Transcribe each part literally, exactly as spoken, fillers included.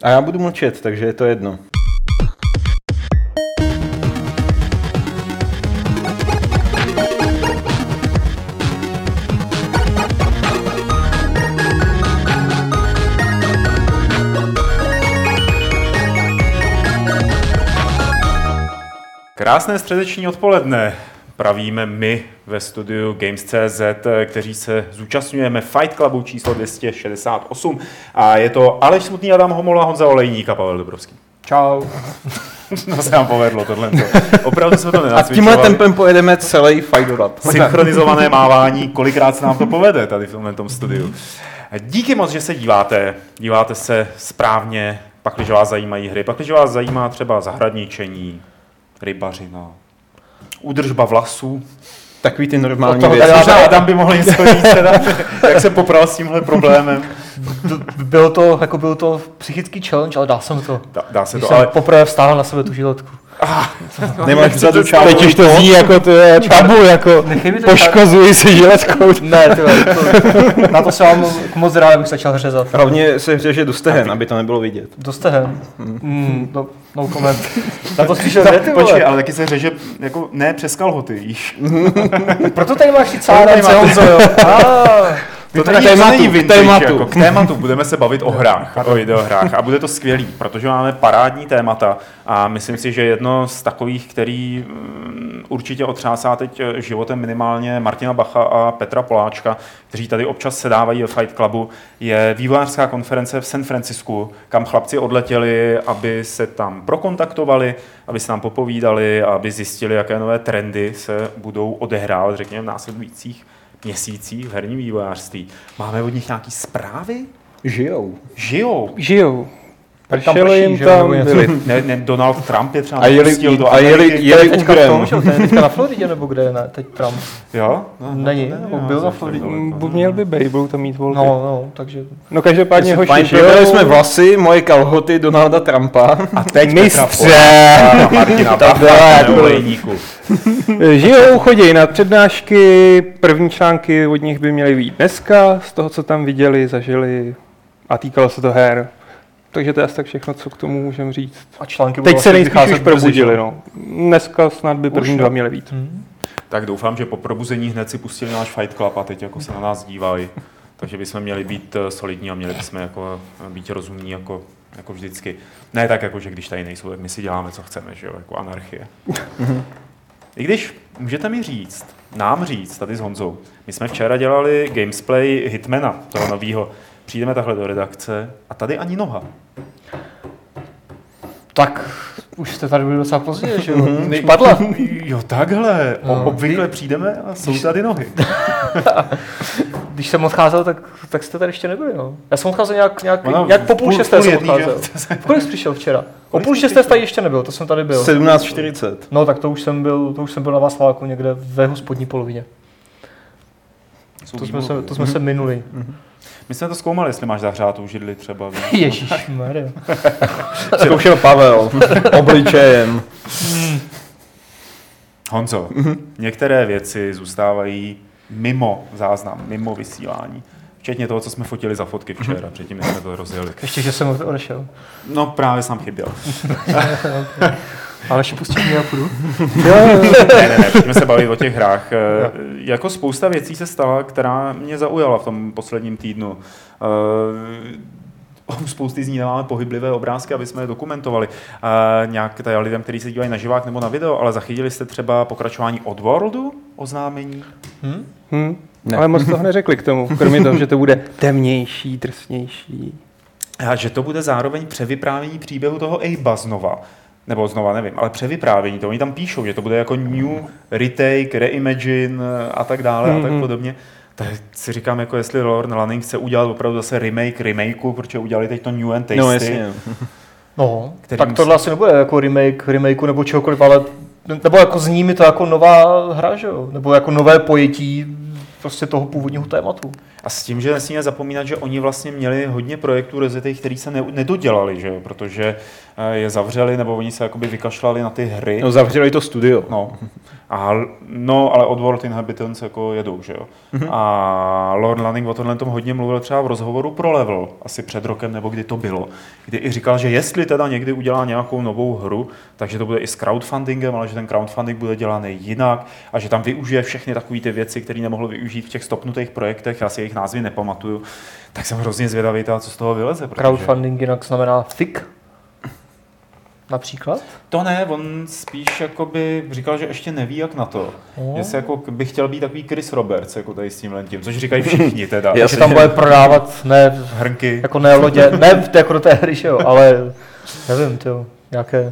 A já budu mlčet, takže je to jedno. Krásné středeční odpoledne pravíme my ve studiu Games tečka cé zet, kteří se zúčastňujeme Fight Clubu číslo dvě stě šedesát osm. A je to Aleš Smutný, Adam Homol a Honza Olejník a Pavel Dobrovský. Čau. No se nám povedlo tohle. Opravdu jsme to nenacvičovali. A tímhle tempem pojedeme celý Fight Club. Synchronizované mávání, kolikrát se nám to povede tady v tomhle tom studiu. Díky moc, že se díváte. Díváte se správně, pakliže vás zajímají hry, pakliže vás zajímá třeba zahradničení, rybařina, údržba vlasů. Takový ty normální věci. Možná Adam by mohl něco říct, teda, jak se popral s tímhle problémem. Bylo to, jako byl to psychický challenge, ale dá jsem to. Dá, dá se Když to, jsem ale... poprvé vztáhl na sebe tu žiletku. Ah, nemáš vzadu čáru. Teď už to zní jako to je tabu, jako poškozuji se žiletkou. Ne, tyhle, to, na to se vám moc rád, abych začal řezat. Hlavně se řeže do stehen, aby to nebylo vidět. Do stehen? Mm, no, no comment. Na to spíš ne, ty vole. Počkej, ale taky se řeže jako ne přes kalhoty, víš. Proto tady máš ty cárance, Honzo, jo. To k není, tématu, není vintage, k tématu. Jako, k tématu budeme se bavit o hrách, o videohrách a bude to skvělý, protože máme parádní témata a myslím si, že jedno z takových, který um, určitě otřásá teď životem minimálně Martina Bacha a Petra Poláčka, kteří tady občas sedávají ve Fight Clubu, je vývojářská konference v San Francisku, kam chlapci odletěli, aby se tam prokontaktovali, aby se nám popovídali a aby zjistili, jaké nové trendy se budou odehrávat, řekněme, v následujících měsících v herním vývojářství. Máme od nich nějaký zprávy? Žijou. Žijou. Žijou. Pršeli jim tam, byli. Ne, ne, Donald Trump je třeba a jeli, do a jeli, jeli teďka v tom, že? Ten je teďka na Floridě, nebo kde je, ne? Teď Trump. Jo? No, Není, no, byl na Floridě. Měl by být, budou tam mít volby. No, no, takže... No každopádně hoši žijou. Jsme vlasy, moje kalhoty Donalda Trumpa. A teď mistře. Martina Bacha, Olejníku. Žijou, chodí na přednášky, první články od nich by měly být dneska, z toho, co tam viděli, zažili a týkalo se to her. Takže to je asi tak všechno, co k tomu můžeme říct. A články teď se nejspíš už probudili, no. Dneska snad by první dva měly být. Hmm. Tak doufám, že po probuzení hned si pustili náš Fight Club a teď jako se na nás dívají. Takže bychom měli být solidní a měli bychom jako být rozumní jako, jako vždycky. Ne tak jako, že když tady nejsou, tak my si děláme, co chceme, že jo, jako anarchie. I když můžete mi říct, nám říct, tady s Honzou, my jsme včera dělali gamesplay Hitmana, toho novýho. Přijdeme takhle do redakce a tady ani noha. Tak už jste tady byli docela pozdě, že jo? Už padla. Jo, takhle. No, obvykle přijdeme a jsou když... tady nohy. Když jsem odcházel, tak, tak jste tady ještě nebyli, no. Já jsem odcházel nějak, nějak, no, nějak po půl šesté jsem odcházel. V kolik jsi přišel včera? O půl šesté tady ještě nebyl, to jsem tady byl. sedmnáct čtyřicet. No tak to už jsem byl, to už jsem byl na Václaváku někde ve jeho spodní polovině. To jsme, se, to jsme se minuli. My jsme to zkoumali, jestli máš zahřátou židli třeba. Ježišmarja. Zkoušel Pavel, obličejem. Honzo, mm-hmm. některé věci zůstávají mimo záznam, mimo vysílání. Včetně toho, co jsme fotili za fotky včera, předtím, než jsme to rozjeli. Ještě, že jsem odešel. No právě jsem chyběl. Ale ještě pustit mě a půjdu. ne, ne, ne, pojďme se bavit o těch hrách. E, jako spousta věcí se stala, která mě zaujala v tom posledním týdnu. E, spousty z ní nemáme pohyblivé obrázky, aby jsme je dokumentovali. E, nějak tady lidem, kteří se dívají na živák nebo na video, ale zachytili jste třeba pokračování Oddworldu, oznámení? Hmm? Hmm. Ale moc toho neřekli k tomu, kromě toho, že to bude temnější, drsnější. A že to bude zároveň převyprávění příběhu toho Abe'a znova. Nebo znova, nevím, ale převyprávění to. Oni tam píšou, že to bude jako new retake, reimagine a tak dále mm-hmm. a tak podobně. Tak si říkám, jako jestli Lorne Lanning chce udělat opravdu zase remake remakeu, protože udělali teď to New and Tasty. No jasně. No, tak tohle asi nebude jako remake remakeu nebo čehokoliv, ale nebo jako zní mi to jako nová hra, že jo? Nebo jako nové pojetí prostě toho původního tématu. A s tím, že nesmíme zapomínat, že oni vlastně měli hodně projektů rozjetých, který se ne, nedodělali, že jo? Protože je zavřeli, nebo oni se jakoby vykašlali na ty hry. No zavřeli to studio. No, a, no ale od World Inhabitants jako jedou, že jo. Mm-hmm. A Lorne Lanning o tomhle tom hodně mluvil třeba v rozhovoru pro Level, asi před rokem, nebo kdy to bylo, kdy i říkal, že jestli teda někdy udělá nějakou novou hru, takže to bude i s crowdfundingem, ale že ten crowdfunding bude dělaný jinak a že tam využije všechny takové ty věci, které nemohl využít v těch stopnutých projektech, já si jejich názvy nepamatuju, tak jsem hrozně zvědavý, teda, co z toho vyleze. Protože... Crowdfunding jinak znamená thick? Například? To ne, on spíš jakoby říkal, že ještě neví, jak na to. No. Že se jako by chtěl být takový Chris Roberts, jako tady s tímhle tím, což říkají všichni teda. Já si tam bude prodávat, ne hrnky, jako ne lodě, ne jako do té hry, že jo, ale nevím, tyjo, nějaké,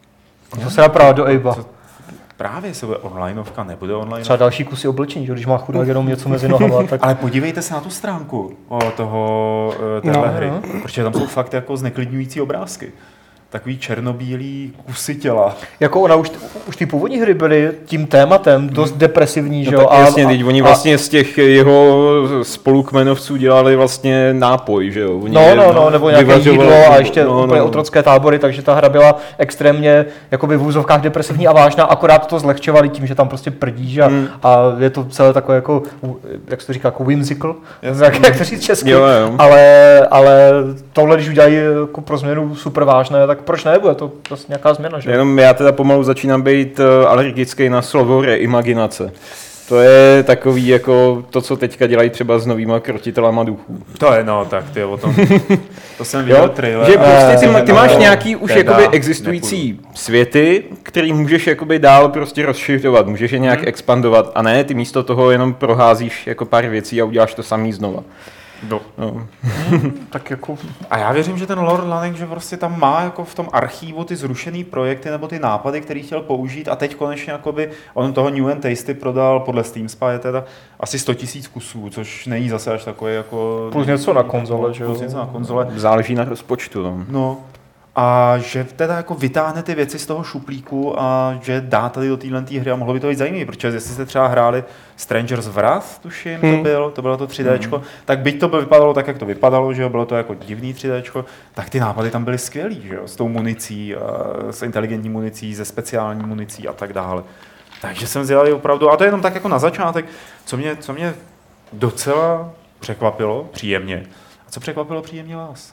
co se dá právě do Abe. Právě se bude onlineovka, nebude online. Třeba další kusy oblečení, že když má chudák jenom něco mezi nohama. Tak... Ale podívejte se na tu stránku o toho, téhle no, hry, no. Protože tam jsou fakt jako zneklidňující obrázky. Takový černobílý kusy těla. Jako ona už, už ty původní hry byly tím tématem dost depresivní, že jo? No jasně, teď oni vlastně a... z těch jeho spolukmenovců dělali vlastně nápoj, že jo? Oni no, no, no, nebo nějaké jídlo a ještě no, úplně no. otrocké tábory, takže ta hra byla extrémně jakoby v úzovkách depresivní a vážná, akorát to zlehčovali tím, že tam prostě prdíš a, hmm. a je to celé takové jako, jak se to říká, jako whimsical, jak, jak to říct česky, jo, jo. Ale, ale tohle, když udělají jako pro změnu super vážné, tak proč ne? Bude to vlastně nějaká změna, že? Jenom já teda pomalu začínám být alergický na slovo reimaginace. To je takový jako to, co teďka dělají třeba s novýma krotitelama duchů. To je, no, tak ty o tom, to jsem viděl trailer. Že prostě ty, ty máš nějaký už jakoby existující nepůjdu. Světy, který můžeš jakoby dál prostě rozšiřovat, můžeš je nějak hmm. expandovat a ne, ty místo toho jenom proházíš jako pár věcí a uděláš to samý znova. No. No. Hmm, tak jako... A já věřím, že ten Lord Lanning, že prostě tam má jako v tom archívu ty zrušený projekty nebo ty nápady, který chtěl použít a teď konečně jakoby on toho New and Tasty prodal podle Steam Spy teda asi sto tisíc kusů, což není zase až takový jako... Plus něco na konzole, že jo? Plus něco na konzole. Záleží na rozpočtu. No. no. A že teda jako vytáhne ty věci z toho šuplíku a že dá tady do téhle hry a mohlo by to být zajímavé, protože jestli jste třeba hráli Stranger's Wrath, tuším, hmm. to byl, to bylo to tři déčko, hmm. tak byť to by vypadalo tak, jak to vypadalo, že jo, bylo to jako divný tři déčko, tak ty nápady tam byly skvělý, že jo, s tou municí, s inteligentní municí, se speciální municí a tak dále. Takže jsem zjel opravdu, a to je jenom tak jako na začátek, co mě, co mě docela překvapilo příjemně. A co překvapilo příjemně vás?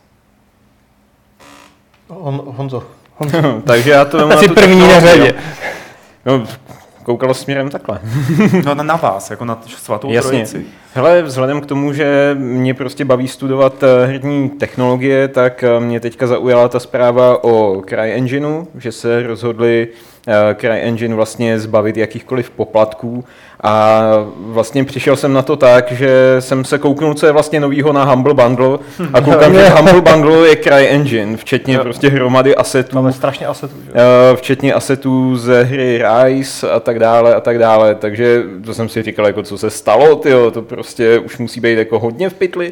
Hon, Honzo. Honzo. Takže já to asi první na řadě. No, koukalo směrem takhle. No na, na vás, jako na svatou Jasně. trojici. Hele, vzhledem k tomu, že mě prostě baví studovat herní technologie, tak mě teďka zaujala ta zpráva o CryEngineu, že se rozhodli CryEngine vlastně zbavit jakýchkoliv poplatků a vlastně přišel jsem na to tak, že jsem se kouknul, co je vlastně novýho na Humble Bundle a koukám, že Humble Bundle je CryEngine, včetně prostě hromady asetů. Máme strašně asetů, že? Včetně asetů ze hry Rise a tak dále a tak dále, takže to jsem si říkal, jako co se stalo, tyjo, to prostě už musí být jako hodně v pytli.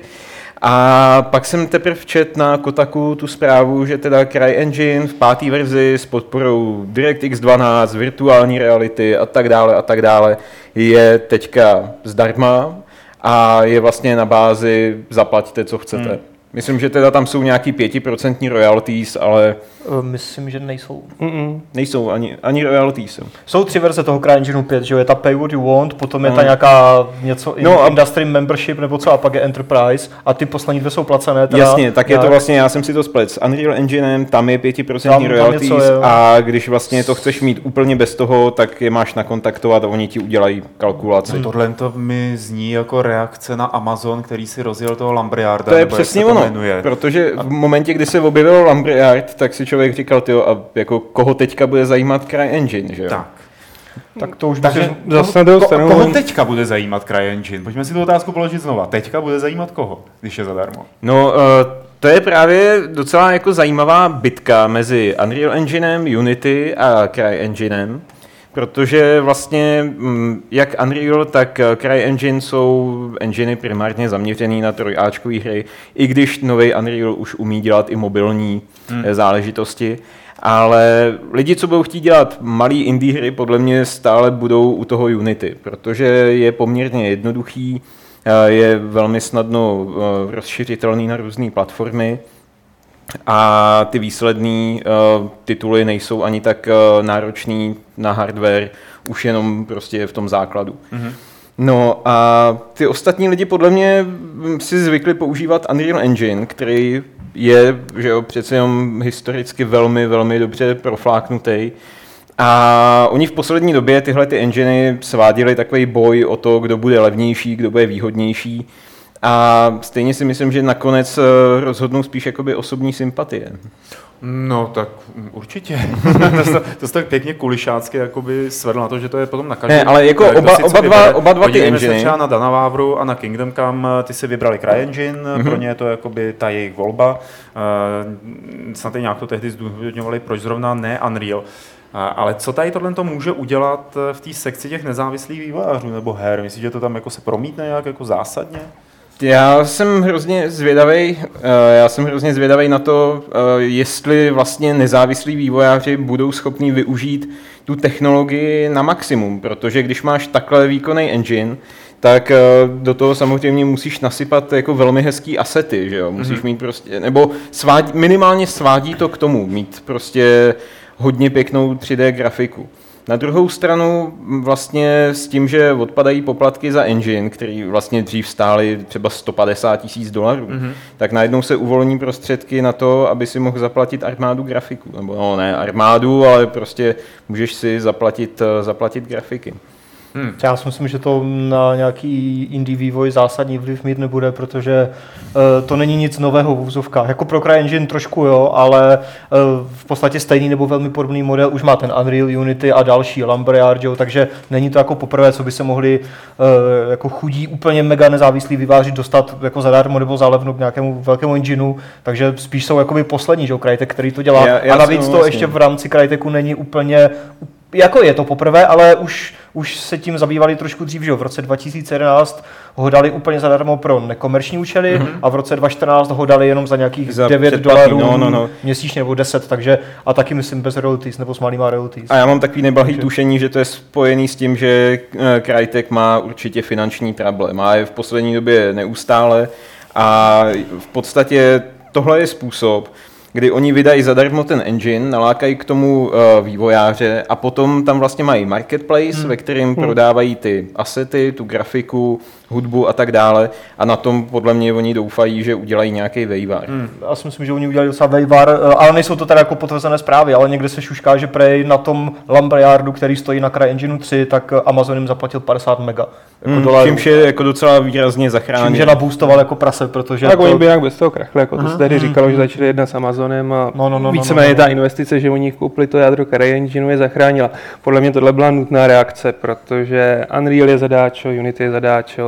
A pak jsem teprve četl na Kotaku tu zprávu, že teda CryEngine v páté verzi s podporou DirectX dvanáct, virtuální reality a tak dále a tak dále je teďka zdarma a je vlastně na bázi zaplaťte, co chcete. Hmm. Myslím, že teda tam jsou nějaký pětiprocentní royalties, ale... Myslím, že nejsou. Mm-mm, nejsou, ani, ani royalties. Jsou tři verze toho CryEngineu pět, že jo? Je ta Pay What You Want, potom je ta nějaká něco no a... Industry Membership nebo co, a pak je Enterprise a ty poslední dvě jsou placené. Teda jasně, tak nějak... je to vlastně, já jsem si to splet s Unreal Enginem, tam je pětiprocentní royalties něco, a když vlastně to chceš mít úplně bez toho, tak je máš nakontaktovat a oni ti udělají kalkulaci. Hmm. Tohle to mi zní jako reakce na Amazon, který si rozjel toho Lambriarda. To je přesně ono. Jmenuje. Protože v momentě, kdy se objevil Lambriard, tak si člověk říkal, tyjo, a jako koho teďka bude zajímat CryEngine, že jo? Tak. Tak to už Takže zase ko, ko, koho teďka bude zajímat CryEngine? Pojďme si tu otázku položit znova. Teďka bude zajímat koho, když je zadarmo? No, uh, to je právě docela jako zajímavá bitka mezi Unreal Enginem, Unity a CryEnginem. Protože vlastně jak Unreal, tak CryEngine jsou enginy primárně zaměřený na trojáčkové hry, i když nový Unreal už umí dělat i mobilní hmm. záležitosti. Ale lidi, co budou chtít dělat malý indie hry, podle mě stále budou u toho Unity, protože je poměrně jednoduchý je velmi snadno rozšiřitelný na různé platformy a ty výsledné tituly nejsou ani tak náročný na hardware, už jenom prostě v tom základu. Mm-hmm. No a ty ostatní lidi podle mě si zvykli používat Unreal Engine, který je, že jo, přece jenom historicky velmi, velmi dobře profláknutý. A oni v poslední době tyhle ty enginy sváděli takový boj o to, kdo bude levnější, kdo bude výhodnější. A stejně si myslím, že nakonec rozhodnou spíš jakoby osobní sympatie. No tak určitě. to, to tak pěkně kulišácky jakoby svedl na to, že to je potom na každý. Ne, ale jako oba, oba, dva, oba dva ty enginy. Se třeba na Danavávru a na Kingdom Come, ty si vybrali CryEngine, mm-hmm. pro ně je to jakoby ta jejich volba. Uh, snad nějak to tehdy zdůvodňovali, proč zrovna ne Unreal. Uh, ale co tady tohle to může udělat v té sekci těch nezávislých vývojářů nebo her? Myslíš, že to tam jako se promítne nějak jako zásadně? Já jsem hrozně zvědavej, já jsem hrozně zvědavej na to, jestli vlastně nezávislí vývojáři budou schopní využít tu technologii na maximum, protože když máš takhle výkonný engine, tak do toho samozřejmě musíš nasypat jako velmi hezký asety, že jo? Musíš mm-hmm. mít prostě, nebo svádí, minimálně svádí to k tomu, mít prostě hodně pěknou tři dé grafiku. Na druhou stranu vlastně s tím, že odpadají poplatky za engine, který vlastně dřív stály třeba sto padesát tisíc dolarů, mm-hmm. tak najednou se uvolní prostředky na to, aby si mohl zaplatit armádu grafiků. Nebo no ne armádu, ale prostě můžeš si zaplatit, zaplatit grafiky. Hmm. Já si myslím, že to na nějaký indie vývoj zásadní vliv mít nebude, protože uh, to není nic nového v úzovkách. Jako pro CryEngine trošku jo, ale uh, v podstatě stejný nebo velmi podobný model už má ten Unreal, Unity a další, Lumberyard, jo, takže není to jako poprvé, co by se mohli uh, jako chudí úplně mega nezávislí výváři dostat jako zadarmo nebo zálevno k nějakému velkému engineu, takže spíš jsou jakoby poslední, že jo, Crytek, který to dělá. Já, já a navíc to vlastně ještě v rámci Cryteku není úplně, jako je to poprvé, ale už už se tím zabývali trošku dřív, že jo, v roce dva tisíce jedenáct ho dali úplně zadarmo pro nekomerční účely mm-hmm. a v roce dva tisíce čtrnáct ho dali jenom za nějakých za devět dolarů no, no, no. měsíčně nebo deset, takže a taky myslím bez royalties nebo s malýma royalties. A já mám takový neblahý takže tušení, že to je spojený s tím, že Crytek má určitě finanční trable, má je v poslední době neustále a v podstatě tohle je způsob, kdy oni vydají zadarmo ten engine, nalákají k tomu uh, vývojáře a potom tam vlastně mají marketplace, hmm. ve kterém hmm. prodávají ty asety, tu grafiku, hudbu a tak dále a na tom podle mě oni doufají, že udělají nějaký vejvar. Hmm. Já si myslím, že oni udělali docela vejvar, ale nejsou to teda jako potvrzené zprávy, ale někde se šušká, že prej na tom Lumberyardu, který stojí na CryEngineu tři, tak Amazon jim zaplatil padesát mega jako hmm, dolarů. Čímž je jako docela výrazně zachránil. Čímž je naboostoval jako prase, protože tak to... oni by nějak bez toho krachli, jako to se tehdy říkalo, že začali jednat s Amazonem a no, no, no, víceméně no, no, no. ta investice, že oni koupili to jádro CryEngineu je zachránila. Podle mě tohle byla nutná reakce, protože Unreal je zadáčo, Unity je zadáčo.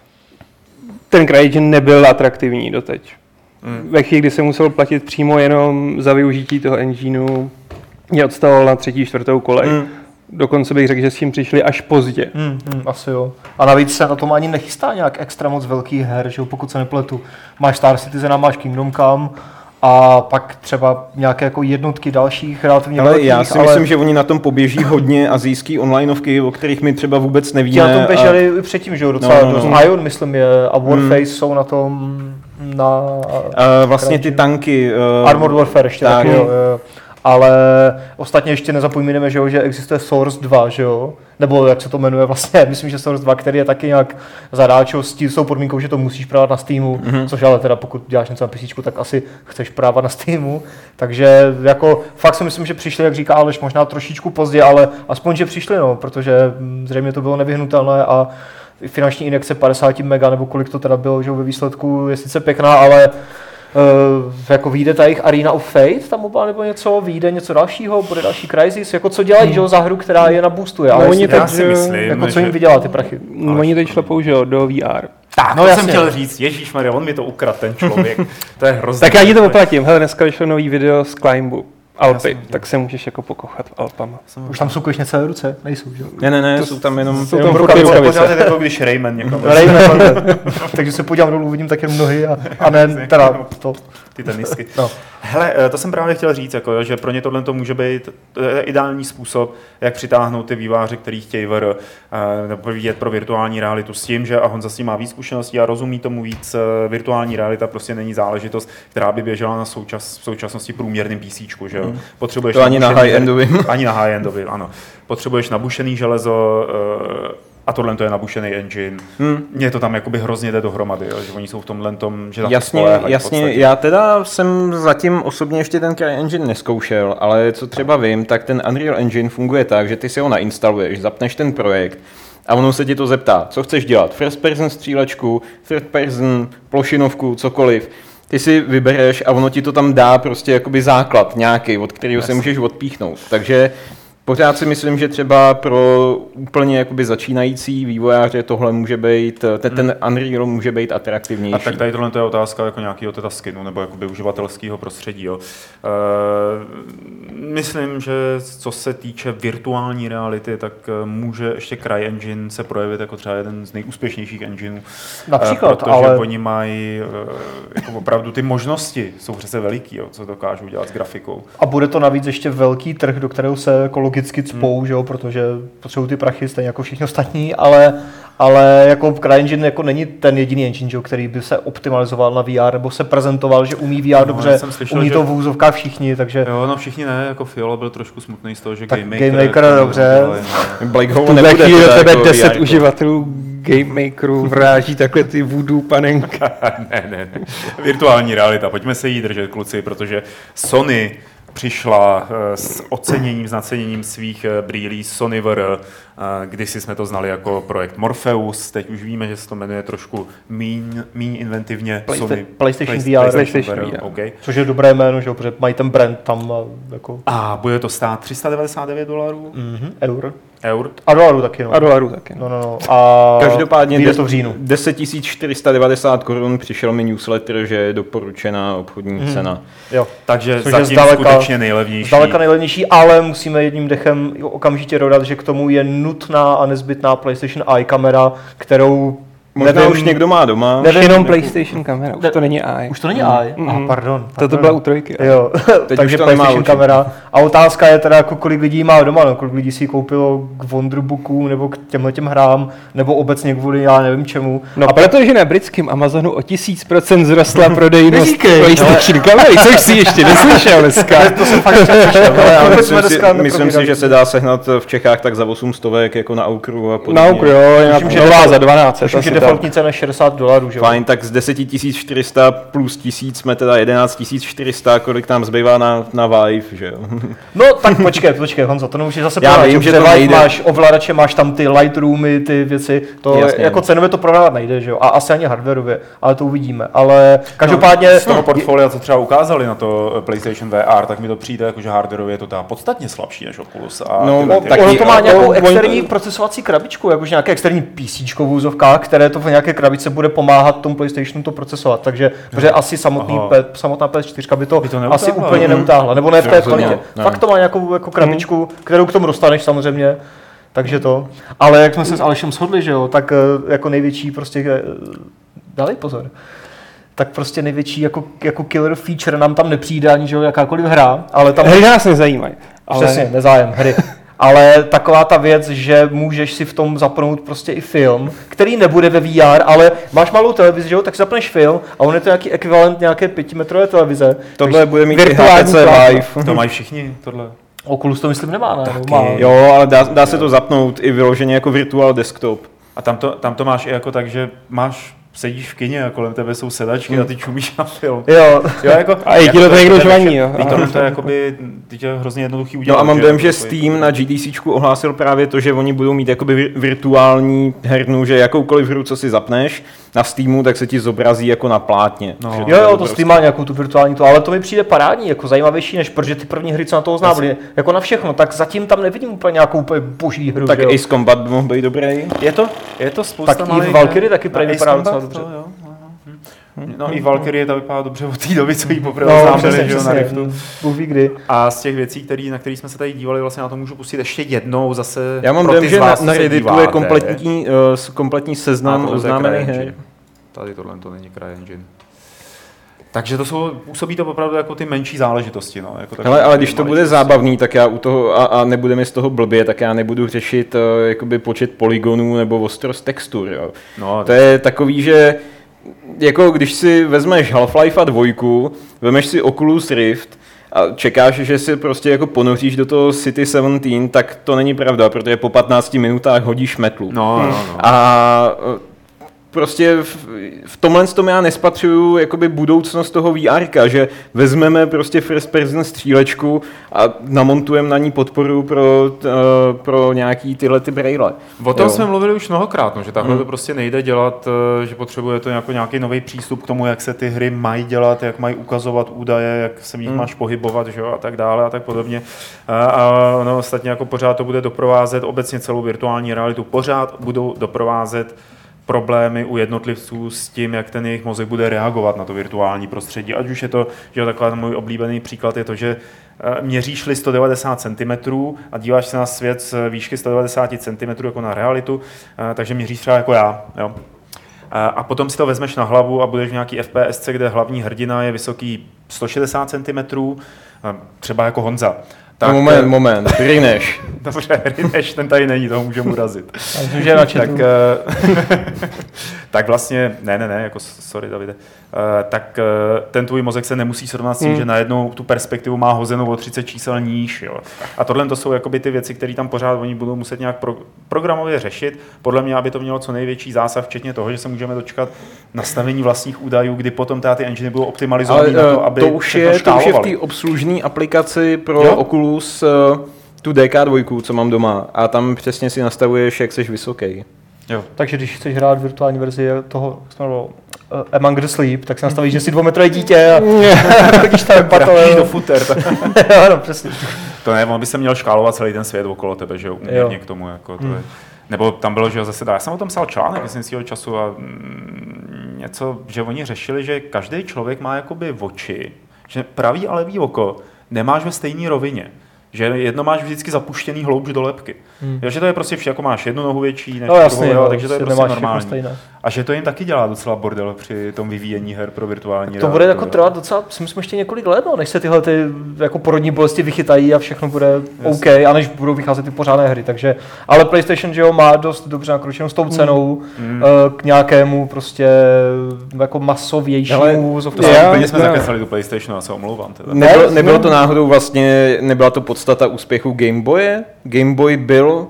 Ten CryEngine nebyl atraktivní doteď. Hmm. Ve chvíli, kdy se musel platit přímo jenom za využití toho engineu, mě odstavoval na třetí, čtvrtou kolej. Hmm. Dokonce bych řekl, že s tím přišli až pozdě. Hmm, hmm, asi jo. A navíc se na tom ani nechystá nějak extra moc velký her, že jo, pokud se nepletu. Máš Star Citizen a máš Kingdom Come a pak třeba nějaké jako jednotky dalších relativně ale velkých. Já si ale... myslím, že oni na tom poběží hodně azijský onlineovky, o kterých my třeba vůbec nevíme. Ti na tom běželi a... předtím, že jo, docela no, no, no. Ion, myslím, je a Warface hmm. jsou na tom na... Uh, vlastně ty tanky. Uh... Armored Warfare ještě taky, jo. Ale ostatně ještě nezapomínáme, že, jo, že existuje Source dva, že jo? Nebo jak se to jmenuje vlastně, myslím, že Source dva, který je taky nějak zadáčo s tou podmínkou, že to musíš právat na Steamu, mm-hmm. což ale teda pokud děláš něco na písíčku, tak asi chceš právat na Steamu. Takže jako fakt si myslím, že přišli, jak říká Aleš, možná trošičku pozdě, ale aspoň, že přišli, no, protože zřejmě to bylo nevyhnutelné a finanční injekce padesát mega, nebo kolik to teda bylo, že ve výsledku je sice pěkná, ale Uh, jako vyjde ta jejich Arena of Fate, tam oba nebo něco, vyjde něco dalšího, bude další Crysis, jako co dělají, hmm. že, za hru, která je naboostuje, ale no, oni teď, si myslím, jako co jim vydělá ty prachy. No, oni teď šlapou, že jo, do V R. Tak, no, to jasně. Jsem chtěl říct, ježíšmarja, on mi to ukradl, ten člověk, to je hrozný. Tak já ti to oplatím, hele, dneska vyšlo nový video z Climbu. Alpy, tak se můžeš jako pokochat Alpama. Už tam jsou konečně celé ruce, nejsou, že? Ne, ne, ne, to jsou tam jenom, jsou jenom tam rukavice. Pořád je jako když Rayman někam. Rayman, takže se podívám dolů, vidím také nohy a, a ne, teda to. ty tenisky. No. Hele, to jsem právě chtěl říct, jako, že pro ně tohle to může být ideální způsob, jak přitáhnout ty výváře, který chtějí V R, nebo vidět pro virtuální realitu s tím, že a Honza s tím má víc zkušeností a rozumí tomu víc. Virtuální realita prostě není záležitost, která by běžela na součas, v současnosti průměrným PCčku, že jo? Hmm. Potřebuješ to ani na high-endovým. Ani na high-endovým, ano. Potřebuješ nabušený železo, a tohle to je nabušený engine. Hmm. Mně to tam jakoby hrozně jde dohromady, jo, že oni jsou v tomhle tom, že jasně, jasně. Já teda jsem zatím osobně ještě ten CryEngine neskoušel, ale co třeba vím, tak ten Unreal Engine funguje tak, že ty si ho nainstaluješ, zapneš ten projekt a ono se ti to zeptá, co chceš dělat. First person střílečku, third person, plošinovku, cokoliv. Ty si vybereš a ono ti to tam dá prostě jakoby základ nějaký, od kterého se můžeš odpíchnout. Takže pořád si myslím, že třeba pro úplně jakoby začínající vývojáře tohle může být, ten, ten Unreal může být atraktivnější. A tak tady tohle je otázka jako nějakého teda skinu nebo jakoby uživatelského prostředí. Jo. E, myslím, že co se týče virtuální reality, tak může ještě CryEngine se projevit jako třeba jeden z nejúspěšnějších engineů. Například, protože ale... oni mají jako opravdu ty možnosti, jsou přece veliký, jo, co dokážou dělat s grafikou. A bude to navíc ještě velký trh, do kterého se logicky cpou, hmm. že jo, protože potřebují ty prachy stejně jako všichni ostatní, ale, ale jako CryEngine jako není ten jediný engine, že jo, který by se optimalizoval na V R, nebo se prezentoval, že umí V R no, dobře, slyšel, umí to v úzovkách všichni, takže... Jo, no všichni ne, jako Fiola byl trošku smutný z toho, že tak GameMaker... GameMaker dobře. Black Hole nebude do tebe jako deset uživatelů GameMakeru vráží takhle ty voodoo panenka. ne, ne, ne. Virtuální realita, pojďme se jí držet, kluci, protože Sony přišla s oceněním, s naceněním svých brýlí Sony V R. Kdysi jsme to znali jako projekt Morpheus, teď už víme, že se to jmenuje trošku míň, míň inventivně. Playsta- Sony, PlayStation Play, V R. PlayStation V R, okay. Což je dobré jméno, že? Protože mají ten brand tam. Jako... A bude to stát tři sta devadesát devět dolarů? Mm-hmm. Eur. Eur? A dolarů taky, no. A dolarů taky. No, no, no. A každopádně des, to v říjnu. deset tisíc čtyři sta devadesát korun přišel mi newsletter, že je doporučená obchodní mm. cena. Jo. Takže což zatím zdaleka, skutečně nejlevnější. Zdaleka nejlevnější, ale musíme jedním dechem okamžitě dodat, že k tomu je nutná a nezbytná PlayStation Eye kamera, kterou možná nevím, už někdo má doma. Nevím, jenom PlayStation kamera, už to není Eye. Už to není Eye? Mm-hmm. Ah, pardon, pardon. To, to byla u trojky. Jo, takže PlayStation kamera. A otázka je teda, jako kolik lidí má doma, no, kolik lidí si ji koupilo k Wonderbooku nebo k těmhle těm hrám, nebo obecně kvůli já nevím čemu. No a protože na britském Amazonu o tisíc procent zrostla prodejnost PlayStation kamery, což si ještě neslyšel dneska. To jsem fakt neslyšel. Myslím, si, myslím si, že se dá sehnat v Čechách tak za osm stovek jako na Aukru a podobně. Na Aukru, jo, nová za dvanáct. Defaultní cena šedesát dolarů, že jo? Fajn, tak z deset tisíc čtyři sta plus tisíc jsme teda jedenáct tisíc čtyři sta, kolik tam zbývá na, na Vive, že jo? No tak počkej, počkej, Honzo, to nemůžeš zase prodávat, že, že Vive máš ovladače, máš tam ty Lightroomy, ty věci, to jasně, jako cenově to prodávat nejde, že jo? A asi ani hardwareově, ale to uvidíme, ale každopádně... No, z toho portfolia, co třeba ukázali na to PlayStation V R, tak mi to přijde, jako že hardwareově je to teda podstatně slabší než Oculus. A no, no tak ono to má nějakou externí procesovací krabičku, jakože nějaké externí PCčko v úzovkách, které to v nějaké krabičce bude pomáhat tomu PlayStationu to procesovat, takže protože asi samotný P, samotná P S čtyři by to, by to asi úplně mm. neutáhla, nebo ne v té kvalitě. Fakt to má nějakou jako krabičku, mm. kterou k tomu dostaneš samozřejmě, takže to. Ale jak jsme se s Alešem shodli, že jo, tak jako největší prostě, dali pozor, tak prostě největší jako, jako killer feature nám tam nepřijde ani, že jo, jakákoliv hra, ale tam... Hry nás nezajímají. Ale... Přesně, nezájem, hry. Ale taková ta věc, že můžeš si v tom zapnout prostě i film, který nebude ve V R, ale máš malou televizi, že jo, tak si zapneš film a on je to nějaký ekvivalent nějaké pětimetrové televize. Tohle bude mít H T C Vive. To mají všichni, tohle. Oculus to myslím nemá, ne? Taky. Má. Jo, ale dá, dá se to zapnout i vyloženě jako virtual desktop. A tam to, tam to máš i jako tak, že máš sedíš v kině a kolem tebe jsou sedačky mm. a ty čumíš na film. Jo. jo jako, a je ti to někdo žvaní, jo. To, to je jakoby, teď je hrozně jednoduchý udělat. No a mám dojem, že Steam na GDCčku ohlásil právě to, že oni budou mít jakoby virtuální hernu, že jakoukoliv hru, co si zapneš na Steamu, tak se ti zobrazí jako na plátně. No. Jo, jo, to prostě... Steam má nějakou tu virtuální to, ale to mi přijde parádní, jako zajímavější, než protože ty první hry, co na toho zná, byly jako na všechno, tak zatím tam nevidím úplně nějakou úplně boží hru. Tak Ace Combat by mohl být dobrý. Je to, je to spousta tak i Valkyrie taky prej vypadá docela dobře. No i Valkyrie ta vypadá dobře od té doby, co jí poprvé no, oznámili, že na Riftu. Bůh ví kdy. A z těch věcí, který, na které jsme se tady dívali, vlastně na to můžu pustit ještě jednou zase. Já mám dojem, že na, na Redditu je kompletní, uh, kompletní seznam oznámených her. Tady tohle to není CryEngine. Takže to jsou, působí to opravdu jako ty menší záležitosti. No, jako hele, ale když to bude zábavný, tak já u toho, a, a nebude mi z toho blbě, tak já nebudu řešit uh, jakoby počet polygonů nebo ostrost textur. Jo. No, to je takový, že jako když si vezmeš Half-Life a dvojku, vemeš si Oculus Rift a čekáš, že si prostě jako ponoříš do toho City sedmnáct, tak to není pravda, protože po patnácti minutách hodíš metlu. No, no, no. A prostě v, v tomhle tom já nespatřuju jakoby budoucnost toho V R, že vezmeme prostě first person střílečku a namontujeme na ní podporu pro, t, pro nějaký tyhle ty braille. O tom jo. jsme mluvili už mnohokrát, no, že takhle hmm. to prostě nejde dělat, že potřebuje to jako nějaký nový přístup k tomu, jak se ty hry mají dělat, jak mají ukazovat údaje, jak se v nich hmm. máš pohybovat, že jo, a tak dále a tak podobně. A, a no, ostatně jako pořád to bude doprovázet obecně celou virtuální realitu, pořád budou doprovázet problémy u jednotlivců s tím, jak ten jejich mozek bude reagovat na to virtuální prostředí. Ať už je to, že taková můj oblíbený příklad je to, že měříš-li sto devadesát centimetrů a díváš se na svět z výšky sto devadesát centimetrů jako na realitu, takže měříš třeba jako já. Jo? A potom si to vezmeš na hlavu a budeš v nějaký F P S, kde hlavní hrdina je vysoký sto šedesát centimetrů, třeba jako Honza. Tak, moment, moment, Rineš. Dobře, Rineš, ten tady není, toho můžeme urazit. tak, tak vlastně, ne, ne, ne, jako sorry Davide, tak ten tvůj mozek se nemusí srovnat s tím, hmm. že najednou tu perspektivu má hozenou o třicet čísel níž. Jo. A tohle to jsou jakoby ty věci, které tam pořád oni budou muset nějak pro, programově řešit. Podle mě, aby to mělo co největší zásah, včetně toho, že se můžeme dočkat nastavení vlastních údajů, kdy potom ty engine budou optimalizované na to, aby to už je, to už je v té obslužné aplikaci pro jo? Oculus tu D K dva, co mám doma, a tam přesně si nastavuješ, jak jsi vysoký. Jo. Takže když chceš hrát virtuální verzi toho, uh, Among the Sleep, tak si nastavíš, že jsi dvoumetrové dítě a chodíš tam pato. do futer. Ano, přesně. To ne, on by se měl škálovat celý ten svět okolo tebe, že jo, uměrně k tomu. Jako, to hmm. je. Nebo tam bylo, že zase dá. Já jsem o tom psal článek, myslím svýho času a mm, něco, že oni řešili, že každý člověk má jakoby oči, že pravý a levý oko nemáš ve stejné rovině. Že jedno máš vždycky zapuštěný hloubš do lebky. Hmm. Jo, že to je prostě vše, jako máš jednu nohu větší než no, jasný, druhou, jo, takže to je prostě normální. A že to jim taky dělá docela bordel při tom vyvíjení her pro virtuální realitu. To bude jako trvat docela, si myslím, ještě několik let, no, než se tyhle ty jako porodní bolesti vychytají a všechno bude jasný. OK, a než budou vycházet ty pořádné hry, takže, ale PlayStation, že jo, má dost dobře nakročenou s tou cenou hmm. k nějakému prostě jako masovějšímu. Úplně jsme zakecali tu PlayStationu, já se omlouvám. Teda. Nebylo, nebylo to náhodou vlastně, nebyla to podstata úspěchu Game Boye? Game Boy byl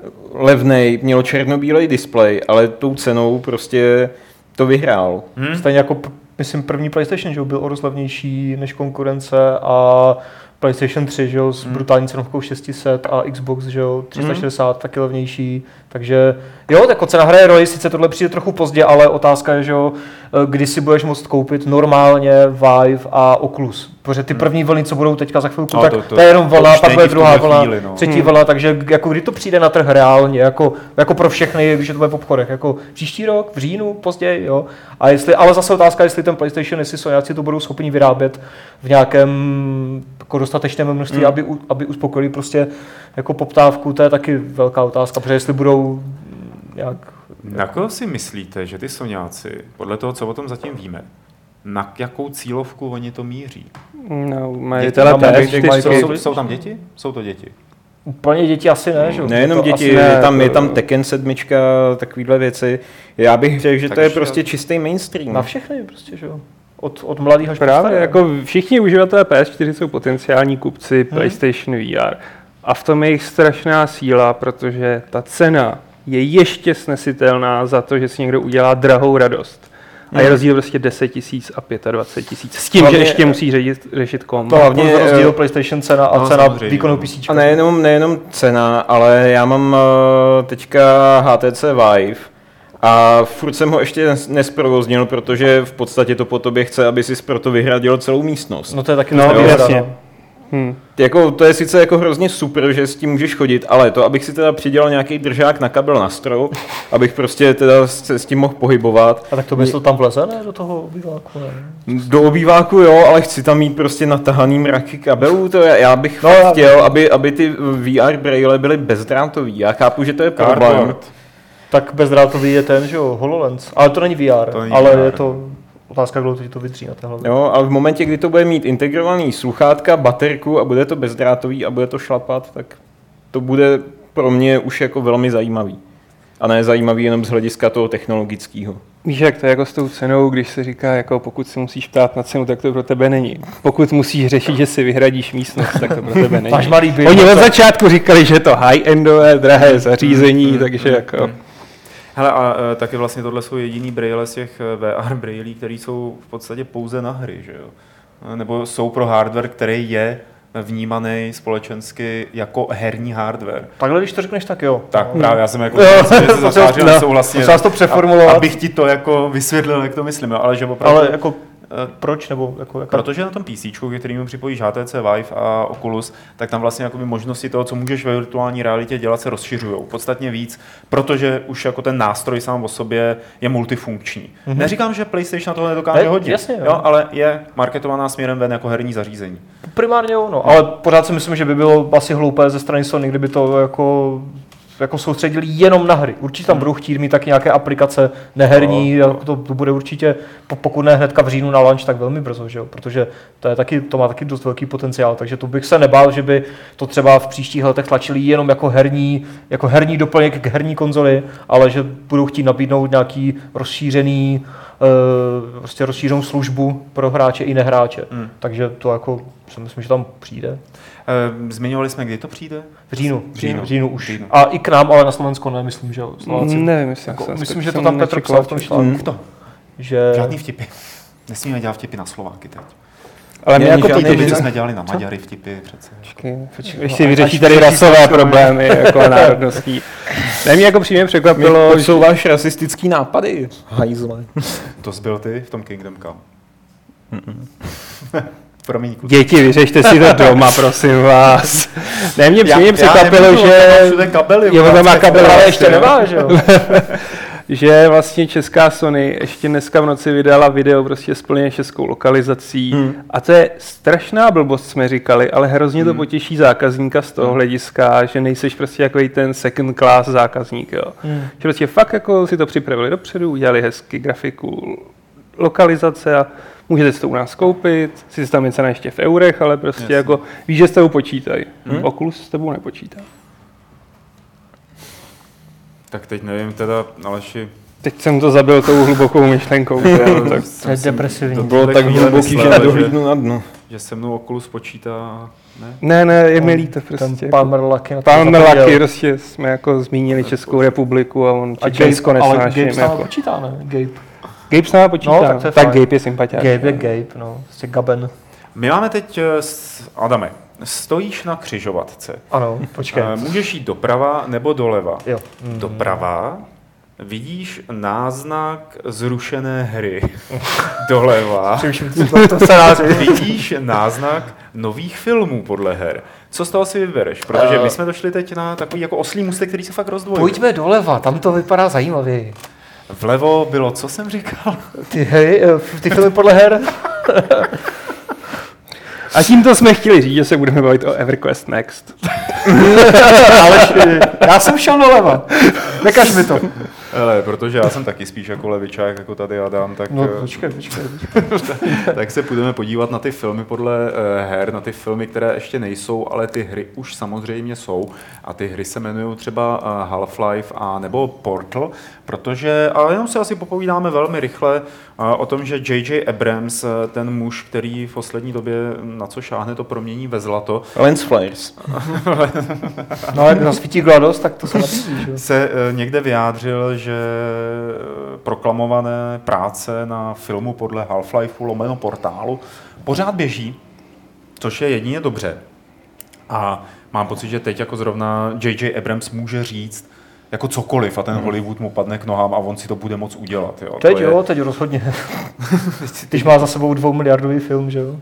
levnej, měl černobílej displej, ale tou cenou prostě to vyhrál. Hmm. Stejně jako, myslím, první PlayStation, že byl o dost levnější než konkurence a PlayStation tři, že jo, s brutální cenovkou šest set a Xbox, že jo, tři sta šedesát, hmm. taky levnější. Takže jo, jako cena hraje roli, sice tohle přijde trochu pozdě, ale otázka je, že jo, kdy si budeš moct koupit normálně Vive a Oculus. Protože ty první vlny, co budou teďka za chvilku, no, tak to, to, to je jenom vlna, pak bude druhá vlna, chvíli, no. třetí hmm. vlna, takže jako kdy to přijde na trh reálně, jako, jako pro všechny, když je to bude v obchodech, jako příští rok, v říjnu, později, jo. A jestli, ale zase otázka, jestli ten PlayStation, jestli Soňáci to budou schopni vyrábět v nějakém jako dostatečném množství, hmm. aby, aby uspokojili prostě jako poptávku, to je taky velká otázka, protože jestli budou nějak... Na koho si myslíte, že ty Soňáci, podle toho, co o tom zatím víme, na jakou cílovku oni to míří? No, mají P S čtyři. Jsou, jsou tam děti? Jsou to děti? Úplně děti asi ne, že? Nejenom děti, ne, je, tam, je tam Tekken sedmička, takovýhle věci. Já bych řekl, že tak to je prostě čistý mainstream. Na všechny prostě, že jo. Od, od mladých až právě, jako všichni uživatelé P S čtyři jsou potenciální kupci hmm. PlayStation V R. A v tom je jich strašná síla, protože ta cena je ještě snesitelná za to, že si někdo udělá drahou radost. A je rozdíl prostě deset tisíc a dvacet pět tisíc. S tím, hlavně, že ještě musí řešit, řešit kom. To hlavně je rozdíl PlayStation cena a no, cena výkonu P C. A nejenom, nejenom cena, ale já mám teďka H T C Vive a furt jsem ho ještě nesprovoznil, protože v podstatě to po tobě chce, aby si proto vyhradil celou místnost. No to je taky no, jasně. Hmm. Jako, to je sice jako hrozně super, že s tím můžeš chodit, ale to, abych si teda přidělal nějaký držák na kabel na strop, abych prostě teda se s tím mohl pohybovat. A tak to bys to tam vleze, ne? Do toho obýváku, ne? Do obýváku jo, ale chci tam mít prostě natahaný mraky kabelů, to já, já bych no, chtěl, aby, aby ty V R braille byly bezdrátový. Já chápu, že to je problém. Tak bezdrátový je ten, že jo, HoloLens, ale to není V R, to není ale V R. Je to... otázka, kdo to vydří na té hlavě. Jo, ale v momentě, kdy to bude mít integrovaný sluchátka, baterku a bude to bezdrátový a bude to šlapat, tak to bude pro mě už jako velmi zajímavý. A ne zajímavý jenom z hlediska toho technologického. Víš, jak to je jako s tou cenou, když se říká, jako pokud si musíš ptát na cenu, tak to pro tebe není. Pokud musíš řešit, že si vyhradíš místnost, tak to pro tebe není. Máš malý byt. Oni od začátku říkali, že je to high-endové, drahé zařízení, mm, takže mm, jako... Mm. Hele, a e, taky vlastně tohle jsou jediný brýle z těch V R brýlí, které jsou v podstatě pouze na hry, že jo? Nebo jsou pro hardware, který je vnímaný společensky jako herní hardware. Takhle, když to řekneš, tak jo. Tak no. Právě, já jsem jako se zasářil, no, souhlasně, to přeformulovat. Abych ti to jako vysvětlil, jak to myslím, jo? Ale že opravdu... Ale jako proč? Nebo jako, jako... Protože na tom PCčku, ke kterému připojíš H T C Vive a Oculus, tak tam vlastně jakoby možnosti toho, co můžeš ve virtuální realitě dělat, se rozšiřují. Podstatně víc, protože už jako ten nástroj sám o sobě je multifunkční. Mm-hmm. Neříkám, že PlayStation na toho nedokáže ne, hodně, jasně, jo. Jo, ale je marketovaná směrem ven jako herní zařízení. Primárně jo, no. Ale pořád si myslím, že by bylo asi hloupé ze strany Sony, kdyby to jako... jako soustředili jenom na hry. Určitě tam budou chtít mít taky nějaké aplikace neherní, no, no. To, to bude určitě, pokud ne hnedka v říjnu na launch, tak velmi brzo, že jo? Protože to, je taky, to má taky dost velký potenciál, takže to bych se nebál, že by to třeba v příštích letech tlačili jenom jako herní, jako herní doplněk k herní konzoli, ale že budou chtít nabídnout nějaký rozšířený, uh, prostě rozšířenou službu pro hráče i nehráče. Mm. Takže to jako si myslím, že tam přijde. Zmiňovali jsme, kdy to přijde? V říjnu, v říjnu, v říjnu už. Říjnu. A i k nám, ale na Slovensko ne, myslím, že Slováci. Nevím, myslím, jako, jsem myslím že to jsem tam Petr psal v tom článku. Mm. To. Že... Žádný vtipy. Nesmíme dělat vtipy na Slováky teď. Ale my jako ty ty vtipy jsme dělali na Maďary vtipy přece. Počkej, když si vyřeší tady rasové problémy jako národnostní. Ne, mě jako přímě překvapilo, to jsou váš rasistický nápady. Hajzle. To zbyl ty v tom Kingdom Come. Promiň, děti, vyřešte si to doma, prosím vás. Ne, mě přímě překvapilo, že... Kabely, jo, tam má kabely, ale ještě nemá, že jo? Že vlastně česká Sony ještě dneska v noci vydala video prostě s plně českou lokalizací. Hmm. A to je strašná blbost, jsme říkali, ale hrozně hmm. to potěší zákazníka z toho hmm. hlediska, že nejseš prostě takový ten second class zákazník. Jo. Hmm. Že prostě fakt jako si to připravili dopředu, udělali hezky grafiku, lokalizace a můžete si to u nás koupit, si tam je cena ještě v eurech, ale prostě jasně. Jako víš, že s tebou počítají. Hmm. Oculus s tebou nepočítá. Tak teď nevím teda, Aleši... Teď jsem to zabil tou hlubokou myšlenkou. No, tak to je depresivní. To bylo tak hluboký, že nedohlídnu na dno. Že se mnou Oculus počítá, ne? Ne, ne, je mi líto prostě. Ten Palmer Luckey na to Palmer Luckey, prostě jsme jako zmínili Českou republiku a on Česko nesnáším. Ale Gabe s náma jako. počítá, ne? Gabe. Gabe s náma počítá, no, tak, tak, tak Gabe je sympatiák. Gabe je Gabe, no, prostě Gaben. My máme teď, Adame, stojíš na křižovatce. Ano, počkej. Můžeš jít doprava nebo doleva. Jo. Mm. Doprava, vidíš náznak zrušené hry. Doleva, vidíš náznak nových filmů podle her. Co z toho si vybereš? Protože my jsme došli teď na takový jako oslý můstek, který se fakt rozdvojil. Pojďme doleva, tam to vypadá zajímavěji. Vlevo bylo, co jsem říkal? Ty, hej, ty filmy podle her. A tímto jsme chtěli říct, že se budeme bavit o EverQuest Next. Ale já jsem šel doleva. Nekaž mi to. Hele, protože já jsem taky spíš jako levičák, jako tady Adam, tak, no, počkej, počkej, počkej. tak se budeme podívat na ty filmy podle uh, her, na ty filmy, které ještě nejsou, ale ty hry už samozřejmě jsou. A ty hry se jmenují třeba uh, Half-Life a nebo Portal, protože, a jenom se asi popovídáme velmi rychle uh, o tom, že J J Abrams, uh, ten muž, který v poslední době na co šáhne, to promění ve zlato. Lens flares. No, jak nasvítí GLaDOS, tak to se nabízí, že? Se uh, někde vyjádřil, že proklamované práce na filmu podle Half-Lifeu lomeno Portálu pořád běží, což je jedině dobře. A mám pocit, že teď jako zrovna J J Abrams může říct jako cokoliv a ten Hollywood mu padne k nohám a on si to bude moc udělat. Jo. Teď to jo, je... teď rozhodně. Když má za sebou dvou miliardový film, že jo?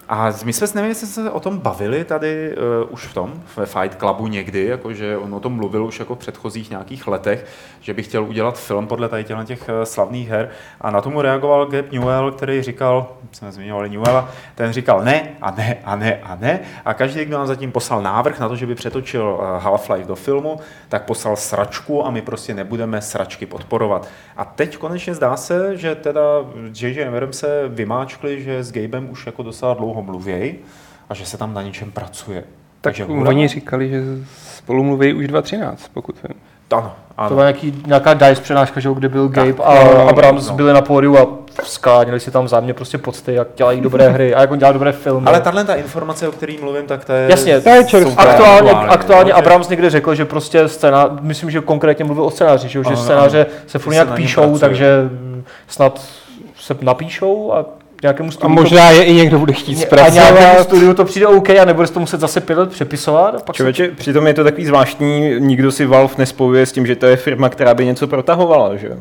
A my jsme, nevím, jestli se o tom bavili tady uh, už v tom, ve Fight Clubu někdy, jakože on o tom mluvil už jako v předchozích nějakých letech, že by chtěl udělat film podle tady těch uh, slavných her a na tomu reagoval Gabe Newell, který říkal, jsme zmiňovali Newella, ten říkal ne a ne a ne a ne a každý, kdo nám zatím poslal návrh na to, že by přetočil uh, Half-Life do filmu, tak poslal sračku a my prostě nebudeme sračky podporovat. A teď konečně zdá se, že teda J J Abrams se vymáčkli, že s Gabem už jako docela dlouho mluvěj a že se tam na něčem pracuje. Tak Takže oni říkali, že spolu mluví už dva tisíce třináct, pokud vím. Ano, ano. To byla nějaký, nějaká DICE přednáška, že, kde byl Gabe Tak, a no, Abrams no. byli na pódiu a skláněli si tam zájemně prostě pocty, jak dělají dobré hry a jak on dělá dobré filmy. Ale tahle ta informace, o které mluvím, tak to je... Jasně, to je čerstvá. aktuálně, aktuální, aktuálně no, Abrams někde řekl, že prostě scéna, myslím, že konkrétně mluvil o scénáři, že, Ano, že scénáře ano. se furt Že se nějak na něm píšou, pracuje. takže snad se napíšou a nějakému A studiu možná je i někdo bude chtít to, a nějakému zpracovat. studiu to přijde OK a nebude se to muset zase pět let přepisovat. A pak se... Člověče, přitom je to takový zvláštní, nikdo si Valve nespojuje s tím, že to je firma, která by něco protahovala, že jo?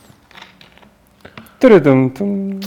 Tudum, tum.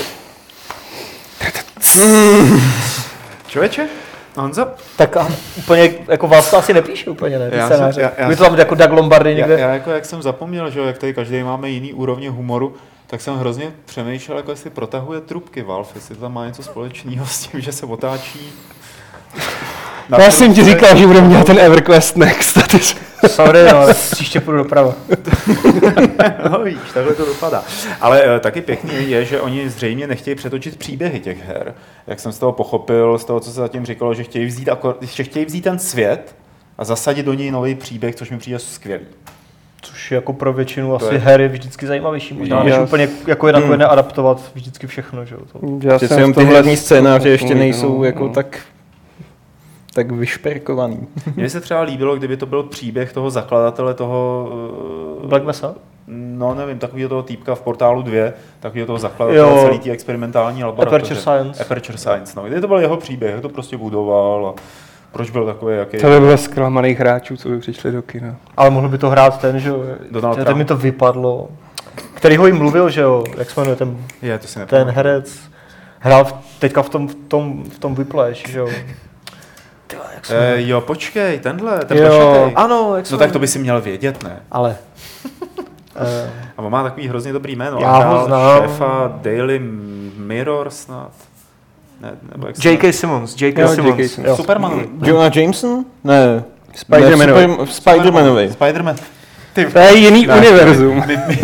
Člověče? Honzo? Tak a úplně, jako vás to asi nepíše úplně, ne? Ty Já jsem- scénáře. já- já Vy to tam jako Doug Lombardy Já, někde. já jako jak jsem zapomněl, že jo, jak tady každý máme jiný úrovně humoru, tak jsem hrozně přemýšlel, jako jestli protahuje trubky Valve, jestli to tam má něco společného s tím, že se otáčí. Na Já jsem ti trubce. říkal, že budeme dělat ten EverQuest Next. A ty... Sorry, no, příště půjdu doprava. No víš, takhle to dopadá. Ale e, taky pěkný je, že oni zřejmě nechtějí přetočit příběhy těch her. Jak jsem z toho pochopil, z toho, co se zatím říkalo, že chtějí vzít, akor- že chtějí vzít ten svět a zasadit do něj nový příběh, což mi přijde skvělý. Což jako pro většinu asi je- her je vždycky zajímavější. Možná než Já- úplně jako jedna hmm. adaptovat vždycky všechno, že jo. To. Já Přece jsem jenom v ty tomhle hlavní scénáře ještě mluvil, nejsou no, jako no. tak, tak vyšperkovaný. Mně se třeba líbilo, kdyby to byl příběh toho zakladatele toho... eh, Black Mesa? No nevím, takového toho týpka v Portálu dva, takového toho zakladatele Jo. celý té experimentální laboratoře. Aperture Science. Aperture Science, no. Kdyby to byl jeho příběh, jak to prostě budoval a proč byl takový, jaký... To by bylo zklamaných hráčů, co by přišli do kina. Ale mohl by to hrát ten, že jo. Donald Teď Trump. mi to vypadlo. Který ho jim mluvil, že jo. Jak se jmenuje ten, Je, to si ten nepamatuji. herec. Hrál v, teďka v tom, v tom, v tom Whiplash, že jo. Tyhle, jak se Eh, jmenuje? jo, počkej, tenhle, ten Jo, plešatej. ano, jak se No tak to jmenuje? by si měl vědět, ne? Ale. eh, A on má takový hrozně dobrý jméno. Já A ho hrál znám. šéfa Daily Mirror snad. Ne, nebo jak se J K. Simmons, J K. Jo, Simmons. J K. Simmons. jmenuje? Supermanovi. Jonah Jameson? Ne. Spider-Manovi. Ne, Super- Spider-Manovi. Spider-Man. Ty, To je jiný Ne. univerzum. my, my,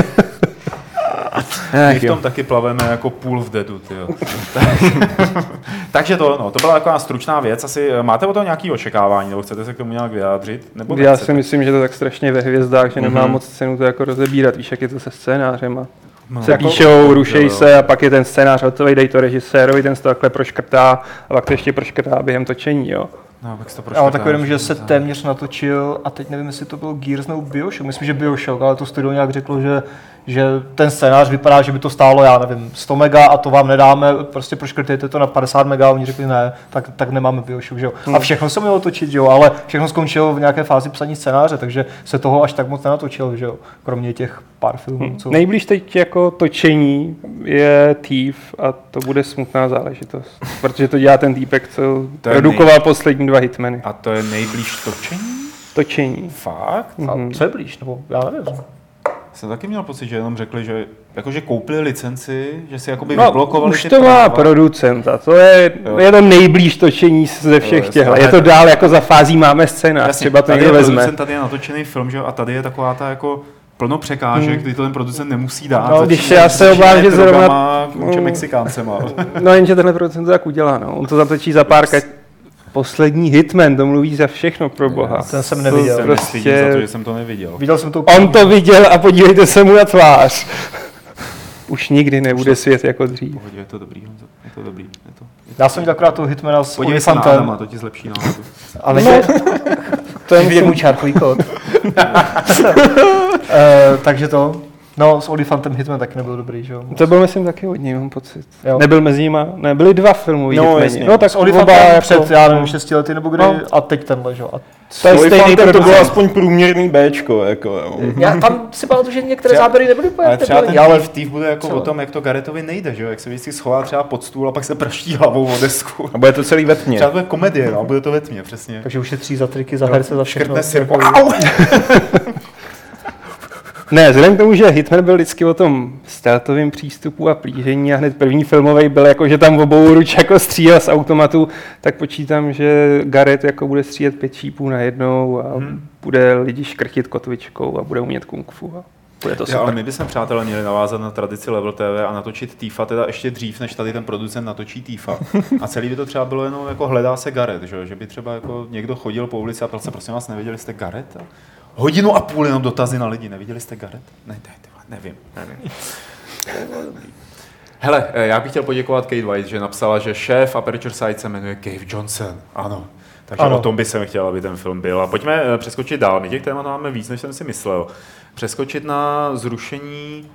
my v tom taky plaveme jako půl v dedu, tyjo. Takže to, no, to byla taková stručná věc. Asi máte o to nějaké očekávání, nebo chcete se k tomu nějak vyjádřit? Nebo Já nechcete? si myslím, že to tak strašně ve hvězdách, že nemá Mhm. moc cenu to jako rozebírat. Víš, jak je to se scénářem a No. se Jako- píšou, rušejí jo, jo. se a pak je ten scénář hotový, dej to režisérovi, ten se to takhle proškrtá a pak to ještě proškrtá během točení, jo. No, pak se to Já mám proškrtá, takový jenom, že že se to- téměř natočil, a teď nevím, jestli to bylo Gears nebo Bioshock, myslím, že Bioshock, ale to studio nějak řeklo, že, že ten scénář vypadá, že by to stálo, já nevím, sto mega a to vám nedáme, prostě proškrtejte to na padesát mega a oni řekli ne, tak, tak nemáme Bioshock, že jo. A všechno se mělo točit, že jo, ale všechno skončilo v nějaké fázi psaní scénáře, takže se toho až tak moc nenatočilo, že jo, kromě těch pár filmů, co... Nejblíž teď jako točení je Thief a to bude smutná záležitost, protože to dělá ten týpek, co To je produkoval poslední dva hitmeny. A to je nejblíž točení? Točení. Fakt? A Mhm. co je blíž, nebo já nevím. Jsem taky měl pocit, že jenom řekli, že jakože koupili licenci, že si jakoby No, vyblokovali už ty to má práva. producent a to je, Jo. je to nejblíž točení ze všech Jo, těch. jasně. Je to dál jako za fází máme scénář, Jasně, třeba to tady někdo je vezme. producent, tady je natočený film, že jo, a tady je taková ta jako plno překážek, kdy to ten producent nemusí dát. No, Začíná- když já se začíná obávám, je že zrovna- drogama, kůče Mm. Mexikáncema. No jenže tenhle producent to tak udělá, no. On to zatočí za pár ka- poslední hitman, to mluví za všechno pro boha. Ten jsem To neviděl. Se mi stydím prostě- za to, že jsem to neviděl. Viděl jsem to On to viděl a podívejte se mu na tvář. Už nikdy nebude svět jako dřív. Pohodě, je to dobrý, Honzo, je to dobrý. Je to, je to... Já jsem viděl akorát toho Hitmana s Podívej se na Olifantem, Adama, to ti zlepší náladu. ale No, ne, To je vidět můj čárkový kód. Eh, takže to. No, s Olifantem Hitman taky nebyl dobrý, že jo? To byl, myslím, taky od něj, mám pocit. Jo. Nebyl mezi nima, ne, byly dva filmový No, Hitmani. jasně. No, tak S Olifantem oba před, jako, já nevím, šesti lety nebo kdy, No. a teď tenhle, že jo? A to je stejný to bylo producent. aspoň průměrný Bčko, jako jo. já tam si pamatuju, že některé Třeba- záběry nebyly úplně Ale třeba ten debilní, ale Thief, Thief bude jako třeba. o tom, jak to Garrettovi nejde, že jo? Jak se vždycky schová třeba pod stůl a pak se praští hlavou o desku. A bude to celý ve tmě. Třeba to bude komedie, no, bude to ve tmě, přesně. takže ušetří za triky, za herce, za všechno. Škrtne si, Jako- wow! Ne, vzhledem k tomu, že Hitman byl vždycky o tom stealthovém přístupu a plížení a hned první filmový byl jako, že tam obou ruč jako střílel z automatu, tak počítám, že Garrett jako bude střílet pět šípů najednou a Hmm. bude lidi škrtit kotvičkou a bude umět kung fu. A bude to Jo, super. ale my bychom, přátelé, měli navázat na tradici Level T V a natočit Thiefa teda ještě dřív, než tady ten producent natočí Thiefa. A celý by to třeba bylo jenom jako hledá se Garrett, že, jo? Že by třeba jako někdo chodil po ulici a ptal se, prosím vás, neviděli jste Garrett? Hodinu a půl jenom dotazy na lidi, neviděli jste Garrett? Ne, ne, ne nevím, nevím. Hele, já bych chtěl poděkovat Kate White, že napsala, že šéf Aperture Site se jmenuje Cave Johnson. Ano. Takže Ano. o tom by jsem chtěl, aby ten film byl. A pojďme eh, přeskočit dál. My těch témat máme víc, než jsem si myslel. Přeskočit na zrušení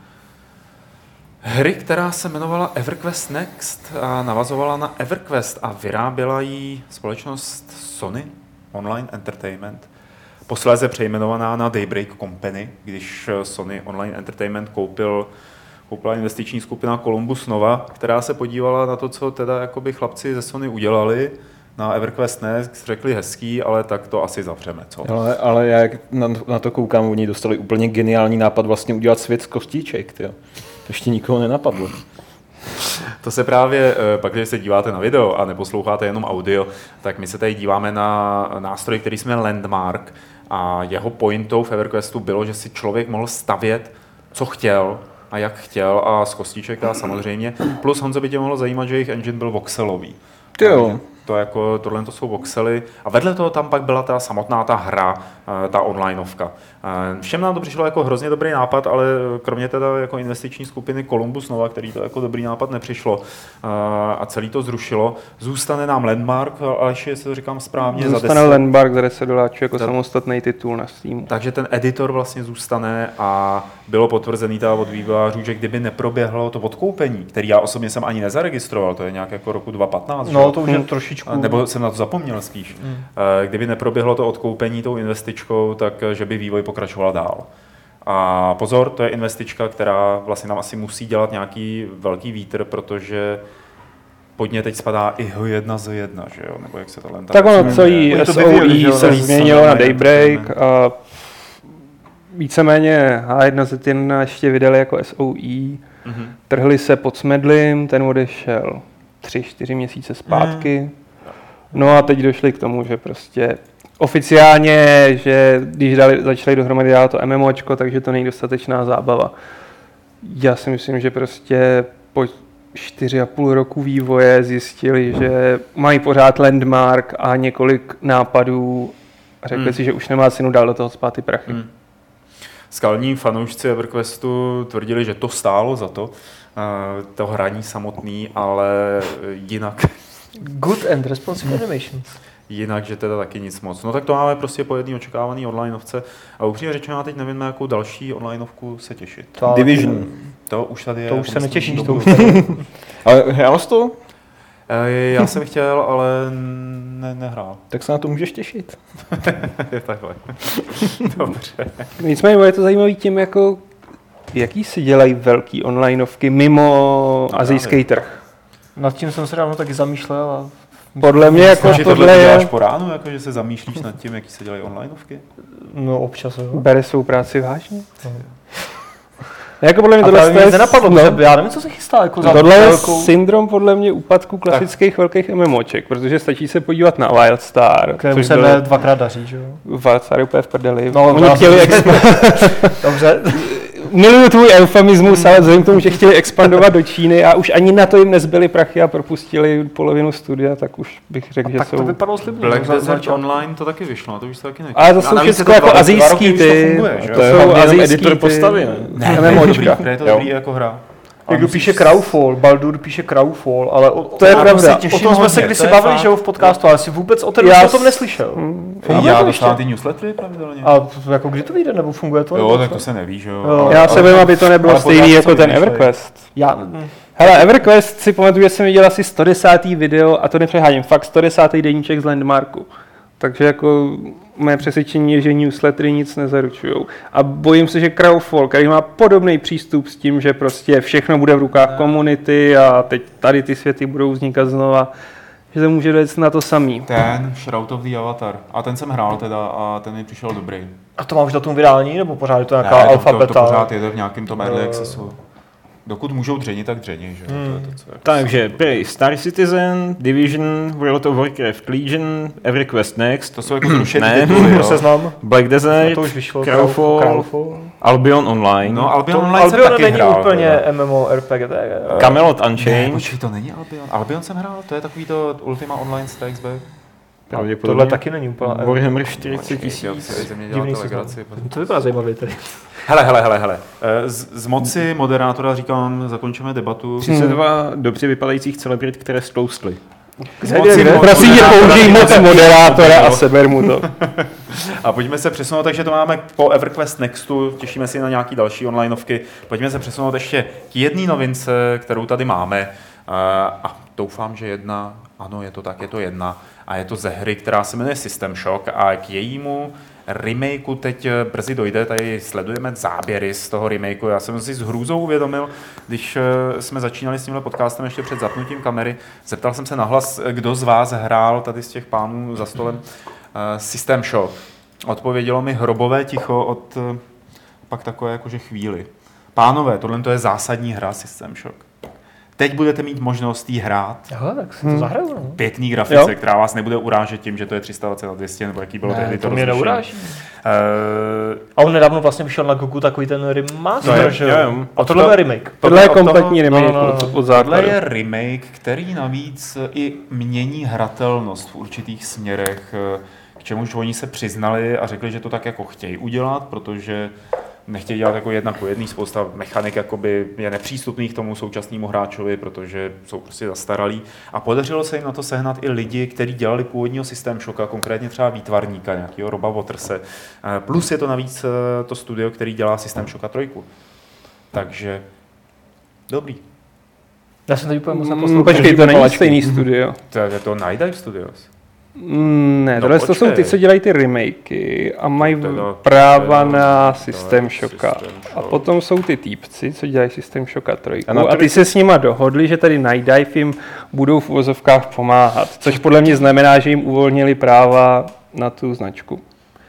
hry, která se jmenovala EverQuest Next a navazovala na EverQuest a vyráběla ji společnost Sony Online Entertainment. Posléze přejmenovaná na Daybreak Company, když Sony Online Entertainment koupil, koupila investiční skupina Columbus Nova, která se podívala na to, co teda jakoby chlapci ze Sony udělali. Na EverQuest Next řekli hezký, ale tak to asi zavřeme, co? Ale, ale já jak na, na to koukám, oni dostali úplně geniální nápad vlastně udělat svět z kostiček, tyjo. To ještě nikoho nenapadlo. To se právě, pak když se díváte na video a neposloucháte jenom audio, tak my se tady díváme na nástroj, který jsme Landmark a jeho pointou v EverQuestu bylo, že si člověk mohl stavět, co chtěl a jak chtěl a z kostiček a samozřejmě. Plus Honzo by tě mohlo zajímat, že jejich engine byl voxelový. Tyjo. To jako, tohle to jsou voxely. A vedle toho tam pak byla ta samotná ta hra, ta onlineovka. Všem nám to přišlo jako hrozně dobrý nápad, ale kromě teda jako investiční skupiny Columbus Nova, který to jako dobrý nápad nepřišlo a celý to zrušilo, zůstane nám Landmark, ale ještě jestli to říkám správně, Zůstane za deset. Landmark za deset doláčů jako To- samostatný titul na Steamu. Takže ten editor vlastně zůstane a bylo potvrzený teda od vývojářů, že kdyby neproběhlo to odkoupení, který já osobně jsem ani nezaregistroval, to je nějak jako roku dva tisíce patnáct, že No, jo? to už je Hmm. trošičku... A nebo jsem na to zapomněl spíš. Hmm. Eh, Kdyby neproběhlo to odkoupení tou investičkou, tak eh, že by vývoj pokračoval dál. A pozor, to je investička, která vlastně nám asi musí dělat nějaký velký vítr, protože pod ně teď spadá i H jedna Z jedna, že jo? Nebo jak se tohle Tak ono celý Oni to vyvíjeli, že S O E jo, se Sony změnilo na Entertainment. Daybreak a víceméně H jedna Z jedna ještě vydali jako S O E. Mhm. Trhli se pod Smedlim, ten odešel tři, čtyři měsíce zpátky. No a teď došli k tomu, že prostě oficiálně, že když dali, začali dohromady dělat to MMOčko, takže to není dostatečná zábava. Já si myslím, že prostě po čtyři a půl roku vývoje zjistili, že mají pořád Landmark a několik nápadů a řekli Hmm. si, že už nemá cenu dál do toho spát ty prachy. Hmm. Skalní fanoušci EverQuestu tvrdili, že to stálo za to, eh, to hraní samotný, ale jinak, Good and responsive animations. jinak, že teda taky nic moc. No tak to máme prostě po jedné očekávané onlineovce a upřímně řečeno, já teď nevím, na jakou další onlineovku se těšit. To, Division. To už tady je. To jako už se myslím, netěšíš, to dobu. už tady... Ale hrál jsi to? Eh, Já jsem chtěl, ale ne, nehrál. Tak se na to můžeš těšit. Je takhle. Dobře. Nicméně je to zajímavý tím, jako, jaký si dělají velký onlineovky mimo No asijský trh. Nad tím jsem se dávno taky zamýšlel a... Podle mě jako Takže tohle tohle děláš je, po ránu, jako že se zamýšlíš nad tím, jaký se dělají onlineovky? No občas, jo. bere svou práci vážně. Jako podle mě A tohle právě mě je- nenapadlo, no, no. Já nevím, co se chystá, jako za tohle je velkou... syndrom podle mě úpadku klasických velkých MMOček, protože stačí se podívat na Wildstar, Kterému což se byl ne dvakrát daří, že jo? Wildstar je úplně v prdeli. No, Oni já chtěli jsem- exp- Dobře. Miluju tvůj eufemismus, ale vzhledem k tomu, že chtěli expandovat do Číny a už ani na to jim nezbyly prachy a propustili polovinu studia, tak už bych řekl, že Tak to jsou... vypadalo slibně. Black no, za- Desert začátku. Online to taky vyšlo, na to už se taky nečekal. Ale to jsou A navíc všechno je to jako dva- dva roky asijský už to ty, funguje, že to jo? je jsou hlavně jenom asijský editor ty postavy, ne? Ne, to je dobrý, MMOčka. to je to Jo. dobrý jako hra. Někdo píše Crowfall, Baldur píše Crowfall, ale o, to je o, pravda. O tom jsme se kdysi bavili, že jo, v podcastu, ale si vůbec o té době o tom neslyšel. Hmm. Já dostávám ty newslettery pravidelně. A jako kdy to vyjde, nebo funguje to? Jo, tak to se neví, že jo. jo. Já se vím, aby to nebylo stejný jako ten EverQuest. Já... Hele, EverQuest si pamatuju, že jsem viděl asi sto desátý video, a to nepřeháním, fakt sto desátý deníček z Landmarku. Takže jako mé přesvědčení je, že newslettery nic nezaručujou. A bojím se, že Crowfall, který má podobný přístup s tím, že prostě všechno bude v rukách komunity a teď tady ty světy budou vznikat znova, že to může dojít na to samý. Ten Shroud of the Avatar. A ten jsem hrál teda a ten mi přišel dobrý. A to má už datum vydání, nebo pořád je to nějaká ne, alfa, to, beta? to, to pořád jede v nějakém tom early accessu. Dokud můžou dřenit, tak dření, že? Hmm. To je to, co je. Takže prý Star Citizen, Division, World of Warcraft Legion, EverQuest Next. To jsou jako zrušený ne, tituly, jo. Seznam. Black Desert, To už vyšlo. Crowfall, Crowfall. Albion Online, No, Albion To Online jsem Albion taky není hrál. úplně teda. MMORPG. Camelot Ne, Unchained, počkej, to není Albion. Albion jsem hrál, to je takový to Ultima Online Strikes Back. pravděpodobně. Tohle taky není úplně. Warhammer čtyřicet tisíc. Divný seznam. To vypadá zajímavě tady. Hele, hele, hele, hele. Z, z moci moderátora říkám, zakončíme debatu. třicet dva dobře vypadajících celebrit, které stloustly. Z moci Prosím tě, použij moc moderátora a seber mu to. A pojďme se přesunout, takže to máme po EverQuest Nextu, těšíme se na nějaký další onlineovky. Pojďme se přesunout ještě k jedné novince, kterou tady máme. A doufám, že jedna, ano, je to tak, je to jedna. A je to ze hry, která se jmenuje System Shock a k jejímu remakeu teď brzy dojde, tady sledujeme záběry z toho remakeu. Já jsem si s hrůzou uvědomil, když jsme začínali s tímhle podcastem ještě před zapnutím kamery, zeptal jsem se nahlas, kdo z vás hrál tady z těch pánů za stolem System Shock. Odpovědělo mi hrobové ticho od pak takové jakože chvíli. Pánové, tohle to je zásadní hra System Shock. Teď budete mít možnost jí hrát. Jo, tak si to hmm. zahraju. No. Pěkný grafice, Jo. která vás nebude urážet tím, že to je tři sta dvacet na dvě stě, nebo jaký bylo Ne, tehdy to to mě rozlišení. neuráží. Uh, A on nedávno vlastně vyšel na Goku takový ten To remaster, je- že jo, jo? jo. A tohle je remake. Tohle je od toho- kompletní remake no, no, no. od, od Tohle základu. je remake, který navíc i mění hratelnost v určitých směrech, k čemuž oni se přiznali a řekli, že to tak jako chtějí udělat, protože nechtějí dělat jako jedna ku jedný, spousta mechanik jakoby je nepřístupných tomu současnému hráčovi, protože jsou prostě zastaralí. A podařilo se jim na to sehnat i lidi, kteří dělali původního System Shocka, konkrétně třeba výtvarníka, nějakého Roba Waterse. Plus je to navíc to studio, který dělá System Shocka trojku. Takže dobrý. Já jsem tady úplně moc Mm, neposlouchal. Počkej, to není stejný studio. To je to Night Dive Studios. Mm, Ne, No, tohle to jsou počkej. ty, co dělají ty remakey a mají To teda- práva to je- na to je System Shocka. System A Shock. potom jsou ty týpci, co dělají System Shocka trojku. A na A ty trojce- se s nima dohodli, že tady Night Dive jim budou v uvozovkách pomáhat. Což podle mě znamená, že jim uvolnili práva na tu značku.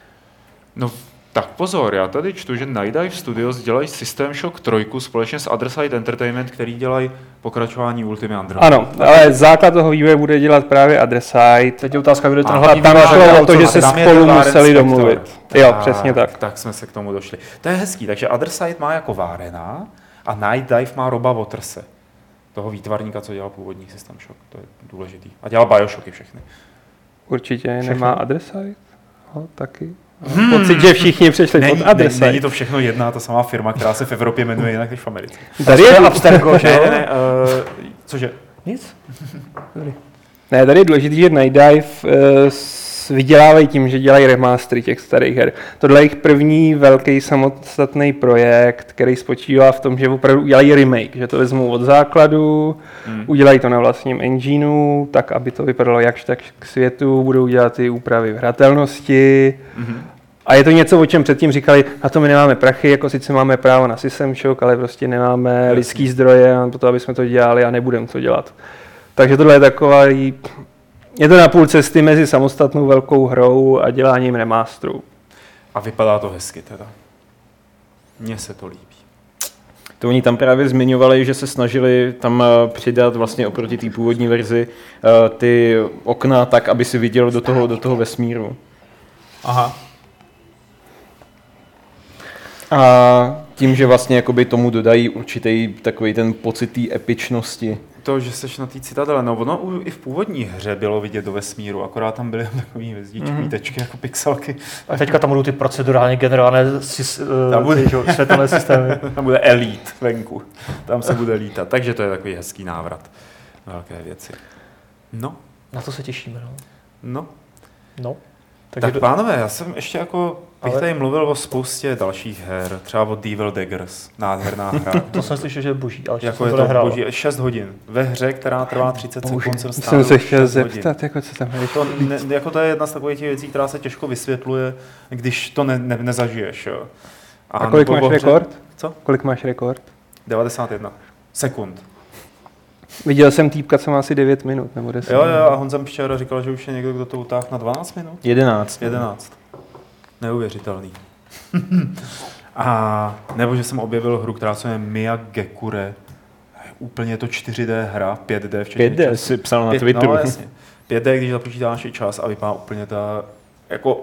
No tak pozor, já tady čtu, že Night Dive Studios dělají System Shock trojku společně s Other Side Entertainment, který dělají pokračování Ultimate Underground. Ano, ale základ toho vývoje bude dělat právě Adresite. Teď je otázka, kdo je ten A hlavní tam vývojář, šlo a o to, co že za- se Tam je spolu ten Warren museli Spector. domluvit. Jo, přesně tak. Tak jsme se k tomu došli. To je hezký, takže Other Side má jako Warrena a Night Dive má Roba Waterse. Toho výtvarníka, co dělal původní System Shock, to je důležitý. A dělal Bioshocky všechny. Určitě Všechno. nemá Adresite. No, taky. Hmm. Pocit, že všichni přešli Není, pod ne, Adresite. není to všechno jedna a ta samá firma, která se v Evropě jmenuje jinak než v Americe. Tady je, Abstergo, že Ne, jo? ne, ne, uh, cože? Nic. ne, tady je důležité, že Night Dive uh, s- vydělávají tím, že dělají remastery těch starých her. Tohle je jejich první velký samostatný projekt, který spočívá v tom, že opravdu udělají remake, že to vezmou od základu, Hmm. udělají to na vlastním engineu, tak, aby to vypadalo jakž tak k světu, budou dělat ty úpravy v hratelnosti. Mhm. A je to něco, o čem předtím říkali, na to my nemáme prachy, jako sice máme právo na System Shock, ale prostě nemáme Jasně. lidský zdroje na to, aby jsme to dělali a nebudeme to dělat. Takže tohle je taková, je to na půl cesty mezi samostatnou velkou hrou a děláním remasterů. A vypadá to hezky teda. Mně se to líbí. To oni tam právě zmiňovali, že se snažili tam eh, přidat vlastně oproti té původní verzi eh, ty okna tak, aby si viděl do toho, do toho vesmíru. Aha. A tím, že vlastně jakoby tomu dodají určitý takový ten pocit té epičnosti, To, že seš na té Citadele, no ono u, i v původní hře bylo vidět do vesmíru, akorát tam byly takový hvězdičky, mm. tečky jako pixelky. A teďka tam budou ty procedurálně generované sy- tam bude, ty, světelné systémy. Tam bude Elite venku, tam se bude lítat, takže to je takový hezký návrat. Velké věci. No. Na to se těšíme, no. No. No. Takže tak do... pánové, já jsem ještě jako, bych ale... tady mluvil o spoustě dalších her, třeba o Devil Daggers, nádherná hra. To jsem slyšel, že je boží, ale jako je to boží, šest hodin, ve hře, která trvá třicet sekund, jsem stál se chtěl zeptat, jako co tam je. To, ne, jako to je jedna z takových těch věcí, která se těžko vysvětluje, když to ne, ne, nezažiješ. Jo. A, A kolik máš hře... rekord? Co? Kolik máš rekord? devadesát jedna sekund. Viděl jsem týpka, co má asi devět minut, nebo deset. Jo, jo, a Honza včera říkal, že už je někdo, kdo to utáhl na dvanáct minut? jedenáct. jedenáct. Neuvěřitelný. A nebo že jsem objevil hru, která se jmenuje Mia Gekure. Úplně je to čtyři dé hra, pět dé včetně pět dé si psal na Twitteru. No jasně. pět dé, když započítáš i čas a vypadá úplně ta, jako,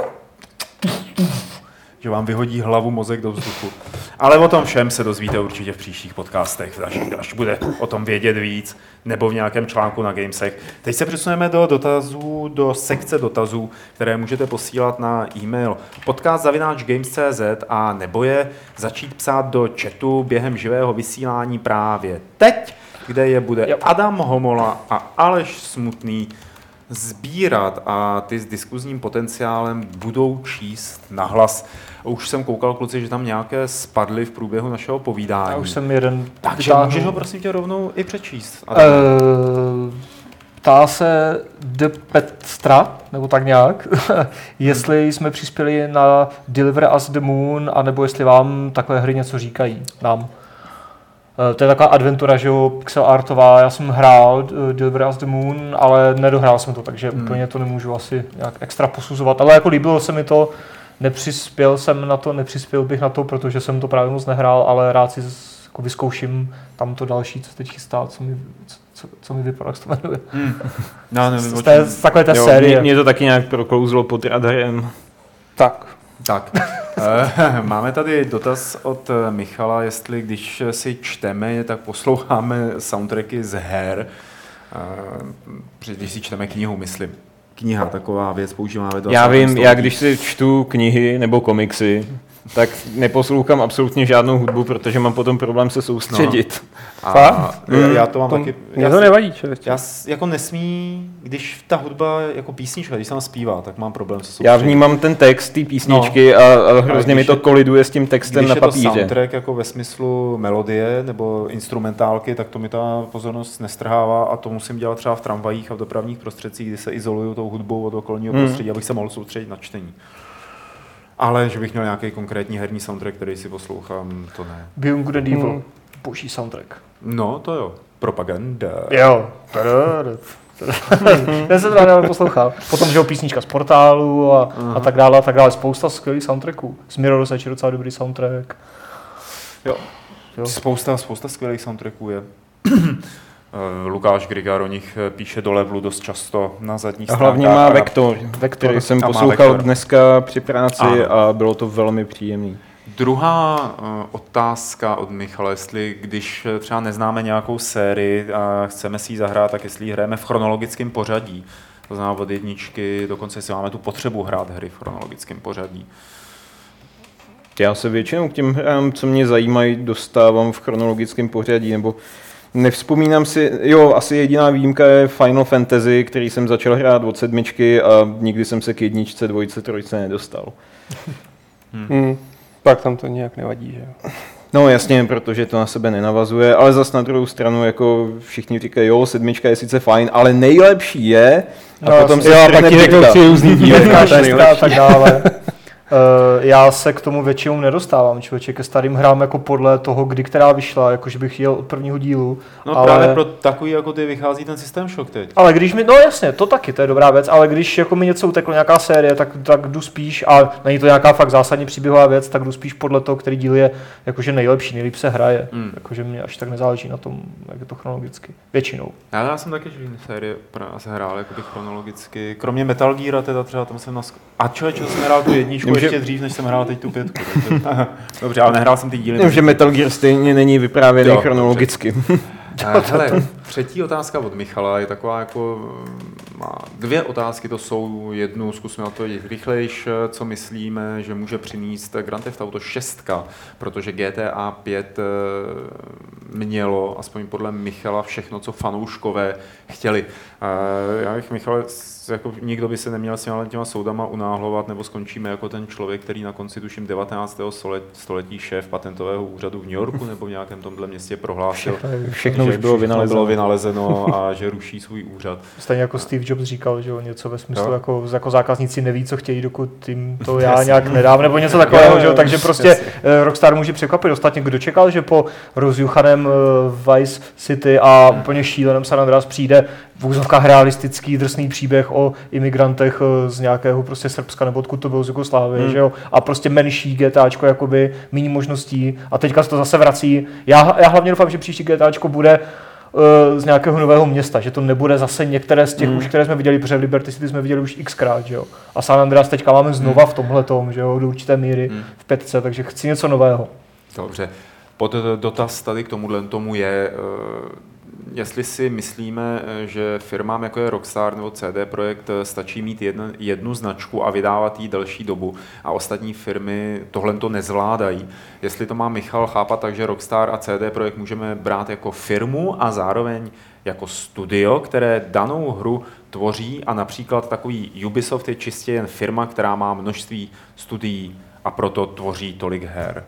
že vám vyhodí hlavu, mozek do vzduchu. Ale o tom všem se dozvíte určitě v příštích podcastech, až bude o tom vědět víc, nebo v nějakém článku na Gamesech. Teď se přesuneme do dotazů, do sekce dotazů, které můžete posílat na e-mail podcast zavináč games tečka cé zet a nebo je začít psát do chatu během živého vysílání právě teď, kde je bude Adam Homola a Aleš Smutný sbírat a ty s diskuzním potenciálem budou číst nahlas. Už jsem koukal, kluci, že tam nějaké spadly v průběhu našeho povídání. Já už jsem jeden... Takže můžeš ho prosím tě rovnou i přečíst. Uh, ptá se The Petra, nebo tak nějak, jestli jsme přispěli na Deliver Us the Moon, anebo jestli vám takové hry něco říkají nám. To je taková adventura, že jo, pixel artová, já jsem hrál uh, Deliver Us the Moon, ale nedohrál jsem to, takže hmm. úplně to nemůžu asi nějak extra posuzovat, ale jako líbilo se mi to, nepřispěl jsem na to, nepřispěl bych na to, protože jsem to právě moc nehrál, ale rád si z, jako vyzkouším tam to další, co teď chystá, co mi, co, co mi vypadá, jak se to jmenuje. Hmm. No, nevím, z, té, z takové té jo, série. Mě, mě to taky nějak proklouzlo pod radarem. Tak. Tak, máme tady dotaz od Michala, jestli když si čteme, tak posloucháme soundtracky z her, když si čteme knihu, myslím. Kniha, taková věc, používáme to. Já vím, já když si čtu knihy nebo komiksy, tak neposlouchám absolutně žádnou hudbu, protože mám potom problém se soustředit. No. A mm, já to mám to, taky. Mně to nevadí, člověče. Já jako nesmí, když ta hudba jako písnička, když se tam zpívá, tak mám problém se soustředit. Já vnímám ten text té písničky no. a, a hrozně mi to je, koliduje s tím textem na papíře. Když je to soundtrack jako ve smyslu melodie nebo instrumentálky, tak to mi ta pozornost nestrhává a to musím dělat třeba v tramvajích a v dopravních prostředcích, kdy se izoluju tou hudbou od okolního hmm. prostředí, abych se mohl soustředit na čtení. Ale že bych měl nějaký konkrétní herní soundtrack, který si poslouchám, to ne. Beyond Good and Evil, hmm. boží soundtrack. No, to jo. Propaganda. Jo. Já jsem to poslouchal. Potom, že jo, písnička z Portálu a, a tak dále, a tak dále. Spousta skvělých soundtracků. Z Mirror's Edge je docela dobrý soundtrack. Jo. jo. Spousta, spousta skvělých soundtracků je. Lukáš Grigar o nich píše do levelu dost často na zadních stránkách. Hlavně má Vektor, Vektor který jsem poslouchal dneska při práci ano. a bylo to velmi příjemný. Druhá uh, otázka od Michala, jestli když třeba neznáme nějakou sérii a chceme si ji zahrát, tak jestli ji hrajeme v chronologickém pořadí. To znamená od jedničky, dokonce si máme tu potřebu hrát hry v chronologickém pořadí. Já se většinou k těm hrám, co mě zajímají, dostávám v chronologickém pořadí, nebo nevzpomínám si, jo, asi jediná výjimka je Final Fantasy, který jsem začal hrát od sedmičky a nikdy jsem se k jedničce, dvojce, trojce nedostal. Hmm. Hmm. Pak tam to nějak nevadí, že jo? No jasně, protože to na sebe nenavazuje, ale zas na druhou stranu jako všichni říkají, jo, sedmička je sice fajn, ale nejlepší je, a no, potom se jo, pak ti řeknou tři různý díly, a tak dále. Uh, já se k tomu většinou nedostávám, člověče, ke starým hrám jako podle toho, kdy která vyšla, jakože bych jel od prvního dílu. No ale... právě pro takový jako ty vychází ten System Shock teď. Ale když mi, no jasně, to taky, to je dobrá věc, ale když jako mi něco uteklo, nějaká série, tak, tak jdu spíš, a není to nějaká fakt zásadně příběhová věc, tak jdu spíš podle toho, který díl je jakože nejlepší, nejlíp se hraje. Mm. Jakože mě až tak nezáleží na tom, jak je to chronologicky, většinou. Já, já jsem taky jiné série se hrál jakoby chronologicky, kromě Metal Gear teda třeba tam jsem nask... A člověče, jsem hrál tu jedničku Vím, ještě že... dřív, než jsem hrál teď tu pětku. Takže... Dobře, ale nehrál jsem ty díly. Vím, že Metal Gear stejně není vyprávěný jo, chronologicky. Hele, třetí otázka od Michala je taková jako, má dvě otázky, to jsou jednu, zkusme odpovědět rychlejš, co myslíme, že může přinést Grand Theft Auto šest, protože G T A pět mělo, aspoň podle Michala, všechno, co fanouškové chtěli. Já bych, Michale, jako nikdo by se neměl s těma soudama unáhlovat, nebo skončíme jako ten člověk, který na konci, tuším, devatenáctého století šéf patentového úřadu v New Yorku nebo v nějakém tomhle městě prohlásil, všechno, všechno už bylo vynalezeno. bylo vynalezeno a že ruší svůj úřad. Stejně jako Steve Jobs říkal, že něco ve smyslu, jako, jako zákazníci neví, co chtějí, dokud jim to já nějak nedám, nebo něco takového, že? Takže prostě jasně. Rockstar může překvapit. Ostatně kdo čekal, že po rozjuchaném Vice City a úplně šíleném San Andreas přijde v úzovkách realistický drsný příběh o imigrantech z nějakého prostě Srbska nebo odkud to bylo z Jugoslávie, hmm. že jo? A prostě menší GTAčko, jakoby méně možností a teďka se to zase vrací. Já, já hlavně doufám, že příští GTAčko bude uh, z nějakého nového města, že to nebude zase některé z těch hmm. už, které jsme viděli, protože Liberty City jsme viděli už xkrát, že jo? A San Andreas teďka máme znova hmm. v tomhletom, že jo, do určité míry hmm. v pětce, takže chci něco nového. Dobře. Pod dotaz tady k tomuhle tomu je, jestli si myslíme, že firmám jako je Rockstar nebo C D Projekt stačí mít jednu, jednu značku a vydávat ji delší dobu a ostatní firmy tohle to nezvládají. Jestli to má Michal chápat tak, že Rockstar a C D Projekt můžeme brát jako firmu a zároveň jako studio, které danou hru tvoří a například takový Ubisoft je čistě jen firma, která má množství studií a proto tvoří tolik her.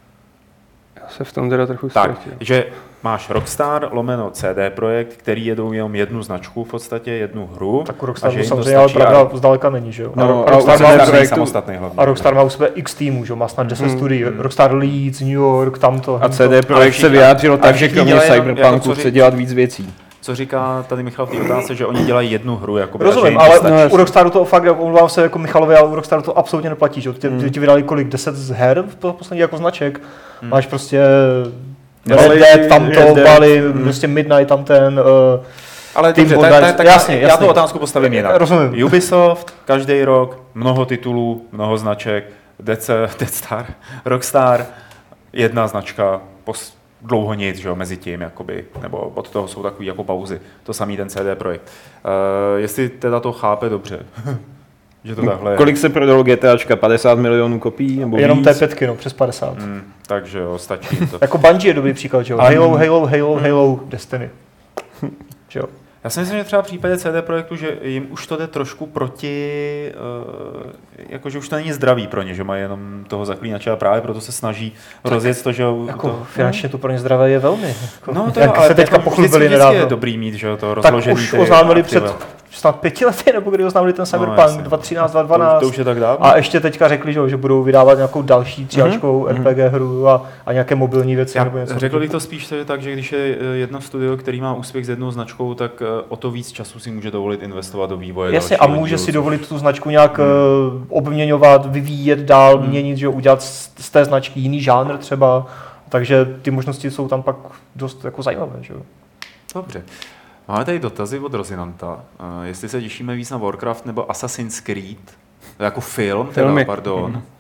Se v tom teda trochu tak, ztratil. že máš Rockstar lomeno C D Projekt, který jedou jenom jednu značku, v podstatě jednu hru. Tak u Rockstar samozřejmě, ale pravda a... zdaleka není, že jo? No, a, Rockstar má projektu... samostatný hlavně. A Rockstar má u sebe x týmů, že jo? Má snad deset hmm. studií. Rockstar Leeds, New York, tamto. A C D Projekt se vyjádřilo tak, že kromě Cyberpunku chce dělat víc věcí. Co říká tady Michal v té otázce, že oni dělají jednu hru. Jakoby, rozumím, ale no, u Rockstaru to fakt, omlouvám se jako Michalovi, ale u Rockstaru to absolutně neplatí. Že? Ty, hmm. ty vydali kolik? deset z her poslední jako značek. Hmm. Máš prostě Red Dead, tamto, Bali, hmm. prostě Midnight, tam ten... Uh, ale dobře, tak, tak, tak jasně, já jasně. tu otázku postavím jinak. Rozumím. Ubisoft, každý rok, mnoho titulů, mnoho značek, Dead, Dead Star, Rockstar, jedna značka, pos, dlouho nic, že jo, mezi tím, jakoby, nebo od toho jsou takový jako pauzy. To samý ten C D Projekt. Uh, jestli teda to chápe dobře, že to takhle je. Kolik se prodalo GTAčka? padesát milionů kopií? Nebo jenom víc? té pětky, no, přes padesát. Mm, takže jo, stačí to. Jako Bungie je dobrý příklad, že jo. Halo, Halo, Halo, Halo, Destiny. Že jo. Já si myslím, že třeba v případě C D Projektu, že jim už to jde trošku proti, uh, jakože už to není zdravý pro ně, že mají jenom toho zaklínače a právě proto se snaží rozjet to, že... Jako to, finančně to pro ně zdravé je velmi. Jako, no to jo, ale se teďka jako pochlubili nedávno. Je dobrý mít, že to rozložený. Tak už oznámili před snad pěti lety, nebo kdy oznámili ten Cyberpunk no, dva třináct, dva dvanáct. To, to už je tak dávno. A ještě teďka řekli, že, že budou vydávat nějakou další tříáčkovou mm-hmm. R P G hru a, a nějaké mobilní věci. Já nebo něco. Řekl bych to spíš tak, že když je jedno studio, který má úspěch s jednou značkou, tak o to víc času si může dovolit investovat do vývoje. Jasně, a může dílu, si dovolit tu značku nějak hmm. obměňovat, vyvíjet dál, hmm. měnit, že udělat z té značky jiný žánr třeba. Takže ty možnosti jsou tam pak dost jako zajímavé. Že? Dobře. Máme tady dotazy od Rozinanta. Uh, jestli se těšíme víc na Warcraft nebo Assassin's Creed, jako film, teda, pardon. Hmm.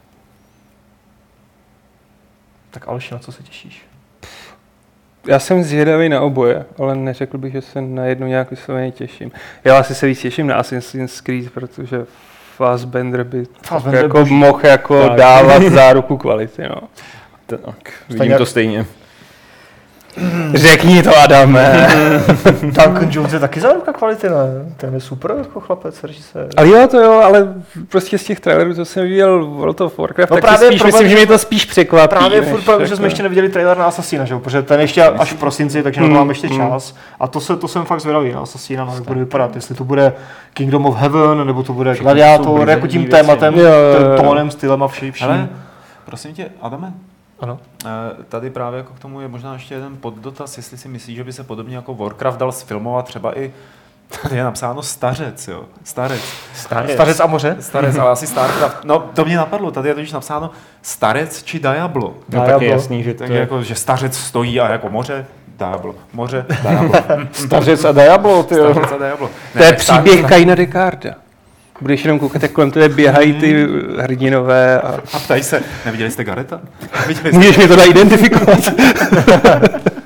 Tak Aleš, na co se těšíš? Já jsem zvědavý na oboje, ale neřekl bych, že se na jednu nějak vysloveně těším. Já asi se víc těším na Assassin's Creed, protože Fassbender by Fassbender jako mohl jako tak. dávat záruku kvality. No. Tak, vidím to stejně. Řekni to, Adame. Duncan Jones je taky záruka kvality, ne? Ten je super jako chlapec, režisér. Ale jo, to jo, ale prostě z těch trailerů, co jsem viděl World of Warcraft, no tak si spíš myslím, že mě to spíš překvapí. Právě furt, protože jako... jsme ještě neviděli trailer na Assassina, že jo? Protože ten ještě až v prosinci, takže mm, na to máme ještě mm. čas. A to, se, to jsem fakt zvědavý na Assassina, no, jak bude vypadat. Jestli to bude Kingdom of Heaven, nebo to bude Gladiator, jako tím věci. Tématem, jo, jo, jo. tónem, stylem a vším. Ale, prosím tě, Adame, ano. Tady právě jako k tomu je možná ještě jeden poddotaz, jestli si myslíš, že by se podobně jako Warcraft dal sfilmovat třeba i, tady je napsáno Stařec, jo, Starec. Starec, Stařec a moře? Starec, ale asi Starcraft. No, to mě napadlo, tady je totiž napsáno Starec či Diablo. No, tak je jasný, že to je... jako, že Stařec stojí a jako moře, Diablo, moře, Diablo. Stařec a Diablo, ty jo. Stařec a Diablo. Ne, to je příběh Kaina Descartes. Budeš jenom koukat, jak kolem tebe běhají ty hrdinové. A, a ptají se, neviděli jste Gareta? Můžeš mi to dá identifikovat.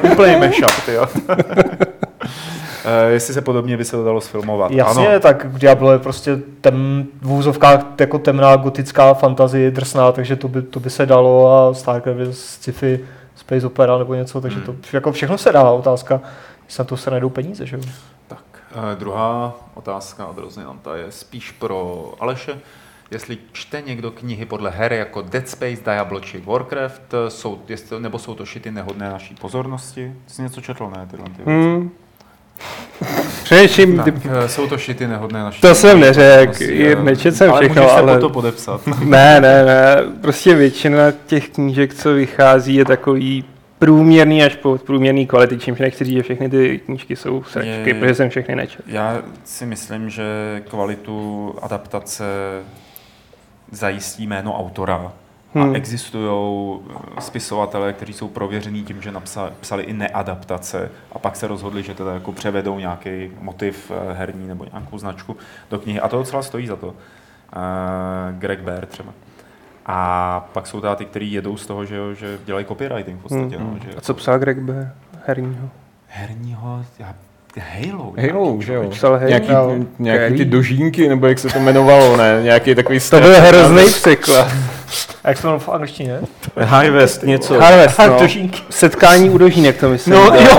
Úplný mashup, tyjo. Uh, jestli se podobně by se to dalo sfilmovat. Jasně, ano. tak Diablo je prostě tem, v úzovkách jako temná gotická fantazie drsná, takže to by, to by se dalo a StarCraft je sci-fi, space opera nebo něco, takže to jako všechno se dá. Otázka, jestli na to se najdou peníze, že jo? Tak, uh, druhá otázka od Rozinanta je spíš pro Aleše. Jestli čte někdo knihy podle her jako Dead Space, Diablo či Warcraft, jsou, jestli, nebo jsou to šity nehodné naší pozornosti? Jsi něco četl, ne? Tyhle ty věci? Hmm. Především, Tak, jsou to šity nehodné naší to jsem neřekl, pozornosti, nečetl jsem Ale všechno, můžeš se ale... po to podepsat. Ne, ne, ne, prostě většina těch knížek, co vychází, je takový průměrný až po průměrný kvality, čímž nechci říct, že všechny ty knížky jsou sračky, Je- protože jsem všechny nečetl. Já si myslím, že kvalitu adaptace zajistí jméno autora. A Hmm. existují spisovatelé, kteří jsou prověření tím, že napsali, psali i neadaptace a pak se rozhodli, že teda jako převedou nějaký motiv eh, herní nebo nějakou značku do knihy. A to docela stojí za to. Uh, Greg Bear třeba. A pak jsou tady ty, kteří jedou z toho, že, jo, že dělají copywriting v podstatě. Hmm. No, že A co psal Greg Bear herního? herního, já, Halo. Halo, že jo. Psal Halo. Nějaký, No. nějaký ty Který? dožínky, nebo jak se to jmenovalo, ne? Nějaký takový To byl hrozný překlad. A jak se to jmenuje v angličtině? Harvest, něco. Harvest, no. Dožínky. Setkání u dožínek, to myslím. No jo,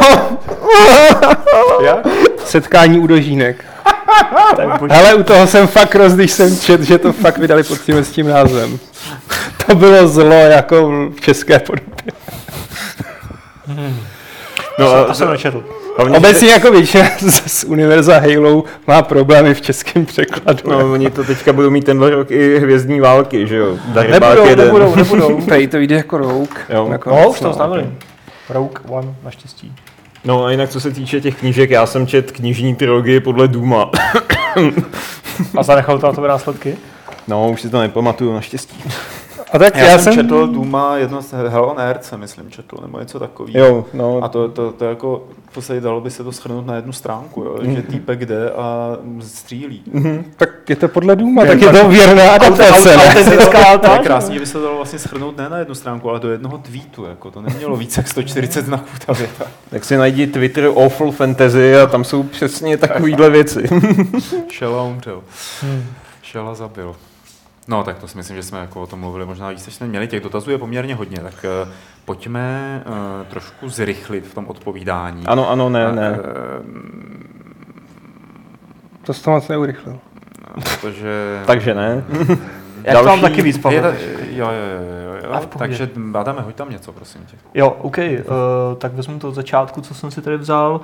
Jak? Setkání u dožínek. Tak boží. Hele, u toho jsem fakt roz, když jsem čet, že to fakt vydali pod tím, s tím názvem. To bylo zlo jako v české podobě. no To a jsem nečetl. hlavně, Obecně jako většina z, z univerza Halo má problémy v českém překladu. no, oni to teďka budou mít tenhle rok i Hvězdní války, že jo. Darebák Nebudou, jeden. nebudou, nebudou. Tady to vyjde jako Rogue. Jo. Nakonec, No, už to znamená. Rogue One, naštěstí. No a jinak co se týče těch knížek, já jsem čet knižní trilogii podle Duma. A zanechal to na tebe následky? No, už si to nepamatuju, naštěstí. A tak Já, já jsem četl Duma, jedno z Hell on Earth, jsem myslím četl, nebo něco takového. Jo, no. A to, to, to jako, v podstatě dalo by se to shrnout na jednu stránku, jo? Že týpek jde a střílí. Mhm, tak je to podle Duma, tak je to věrná adaptace. ne? Autentická To je ta? krásně, by se to dalo vlastně shrnout ne na jednu stránku, ale do jednoho tweetu, jako to nemělo více jak sto čtyřicet znaků ta věta. Tak si najdi Twitter Awful Fantasy a tam jsou přesně takovýhle věci. Šela umřel. Šela zabil. No, tak to si myslím, že jsme jako o tom mluvili možná víc, než jsme měli. Těch dotazů je poměrně hodně, tak uh, pojďme uh, trošku zrychlit v tom odpovídání. Ano, ano, ne, ne. Uh, To jsi to moc neurychlil. protože... Takže ne. Já to mám Další- taky víc, Je Pavel. ta, jo, jo, jo, jo, A v jo. pohodě. Takže Adame, hoď tam něco, prosím tě. Jo, OK, uh, tak vezmu to od začátku, co jsem si tady vzal.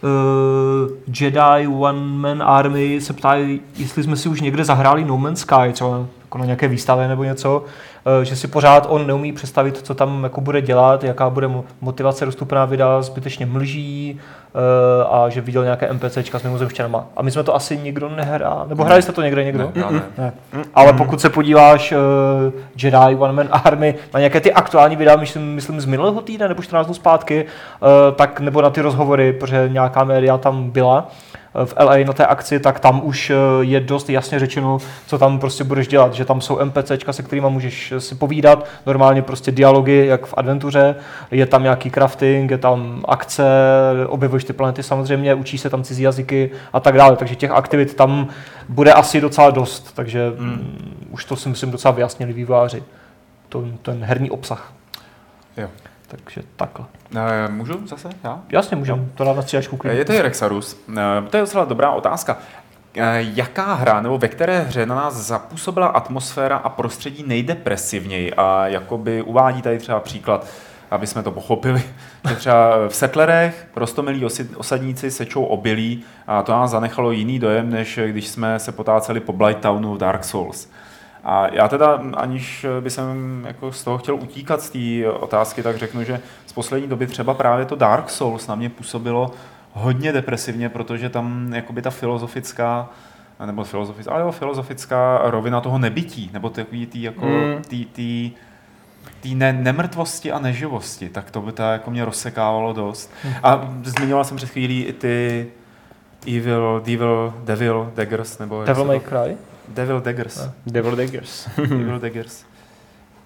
Uh, Jedi One Man Army se ptají, jestli jsme si už někde zahráli No Man's Sky, třeba jako na nějaké výstavě nebo něco, uh, že si pořád on neumí představit, co tam jako bude dělat, jaká bude mo- motivace dostupná videa, zbytečně mlží uh, a že viděl nějaké NPCčka s mimozemšťanama. A my jsme to asi nikdo nehrál, nebo hráli jste to někde někdo? Ne, já ne. Ne. Ale pokud se podíváš uh, Jedi One Man Army na nějaké ty aktuální videa, myslím, myslím z minulého týdne nebo čtrnáct dnů zpátky, uh, tak nebo na ty rozhovory, protože nějaká média tam byla uh, v L A na té akci, tak tam už uh, je dost jasně řečeno, co tam prostě budeš dělat, že tam jsou NPCčka, se kterými můžeš si povídat, normálně prostě dialogy, jak v adventuře, je tam nějaký crafting, je tam akce, objevuješ ty planety samozřejmě, učíš se tam cizí jazyky a tak dále, takže těch aktivit tam bude asi docela dost, takže mm. Mm, už to si myslím docela vyjasnili vývojáři, to, ten herní obsah. Jo. Takže takhle. E, můžu zase? Já? Jasně, můžeme to dát na střídačku. Je to Rexarus. E, to je docela dobrá otázka. E, jaká hra, nebo ve které hře na nás zapůsobila atmosféra a prostředí nejdepresivněji? A jakoby uvádí tady třeba příklad, aby jsme to pochopili, že třeba v Settlerech roztomilí osadníci sečou obilí a to nás zanechalo jiný dojem, než když jsme se potáceli po Blightownu v Dark Souls. A já teda, aniž by jsem jako z toho chtěl utíkat z té otázky, tak řeknu, že z poslední doby třeba právě to Dark Souls na mě působilo hodně depresivně, protože tam jakoby ta filozofická, nebo filozofická, ale jo, filozofická rovina toho nebytí, nebo takový tý jako, mm. tý, tý, tý ne, nemrtvosti a neživosti, tak to by to jako mě rozsekávalo dost. Mm. A zmiňoval jsem před chvílí i ty Evil, Devil, Devil Daggers, nebo... Devil May Cry? Devil Daggers. Devil Daggers. Devil Daggers.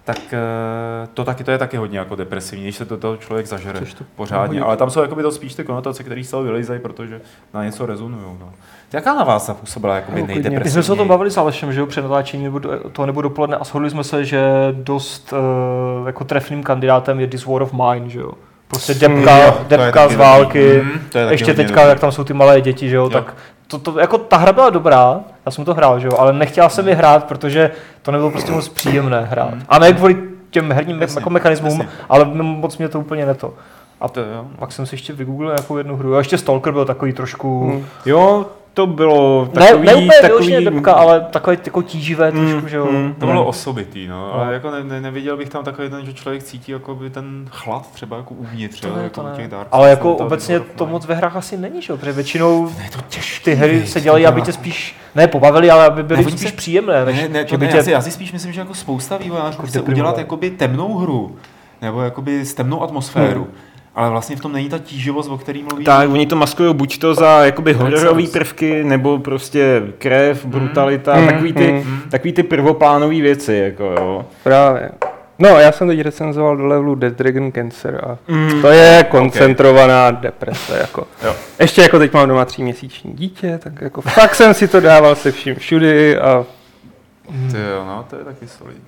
tak to taky to je taky hodně jako depresivní, když se to toho člověk zažere to pořádně, hodně. ale tam jsou jakoby to spíš ty konotace, které z toho vylejzají, protože na něco rezonují. No. Jaká na vás zapůsobila jakoby No, klidně. nejdepresivněji? My jsme se o tom bavili s Alešem, že jo, před natáčením nebo do, toho nebo dopoledne a shodli jsme se, že dost uh, jako trefným kandidátem je This War of Mine, že jo. Prostě depka, Jo, to je depka taky z války, dobrý. Mm, to je taky ještě hodně teďka, dobrý. jak tam jsou ty malé děti, že jo, Jo. tak to, to, jako ta hra byla dobrá, já jsem to hrál, že jo, ale nechtěl jsem ji hrát, protože to nebylo prostě moc příjemné hrát. A ne kvůli těm herním Jasně, jako mechanismům, jasně. ale moc mě to úplně neto. A To jo. pak jsem si ještě vygooglil nějakou jednu hru, a ještě Stalker byl takový trošku... Hmm. Jo, to bylo Ne, takový... ne úplně takový... vyloženě depka, ale takové jako tíživé trošku, že jo. mm. To bylo osobitý, no, ale No. jako ne, ne, neviděl bych tam takový ten, že člověk cítí jako by ten chlad třeba jako uvnitř, To jo, ne, jako to u ne. těch Dark Ale Souls, jako to- obecně to- to moc ve hrách asi není, že jo, protože většinou Je to těžký, ty hry viď, se dělají, to aby dá. tě spíš, ne pobavili, ale aby byly Ne, oni spíš se- příjemné, než Ne, ne, že to by ne, tě... já, si, já si spíš myslím, že jako spousta vývojářů chce deprimovat. udělat jakoby temnou hru, nebo jakoby s temnou atmosféru, Hmm. ale vlastně v tom není ta tíživost, o který mluví. Tak, oni to maskují buď to za jakoby Dark hororové Souls. prvky, nebo prostě krev, brutalita, Mm, takový, ty, mm. takový ty prvoplánové věci, jako jo. Právě. No, já jsem teď recenzoval do levelu Dead Dragon Cancer a Mm. to je koncentrovaná deprese. Jako. Jo. Ještě jako teď mám doma tříměsíční dítě, tak jako fakt jsem si to dával se vším všudy a Ty jo, no, to je taky solidní.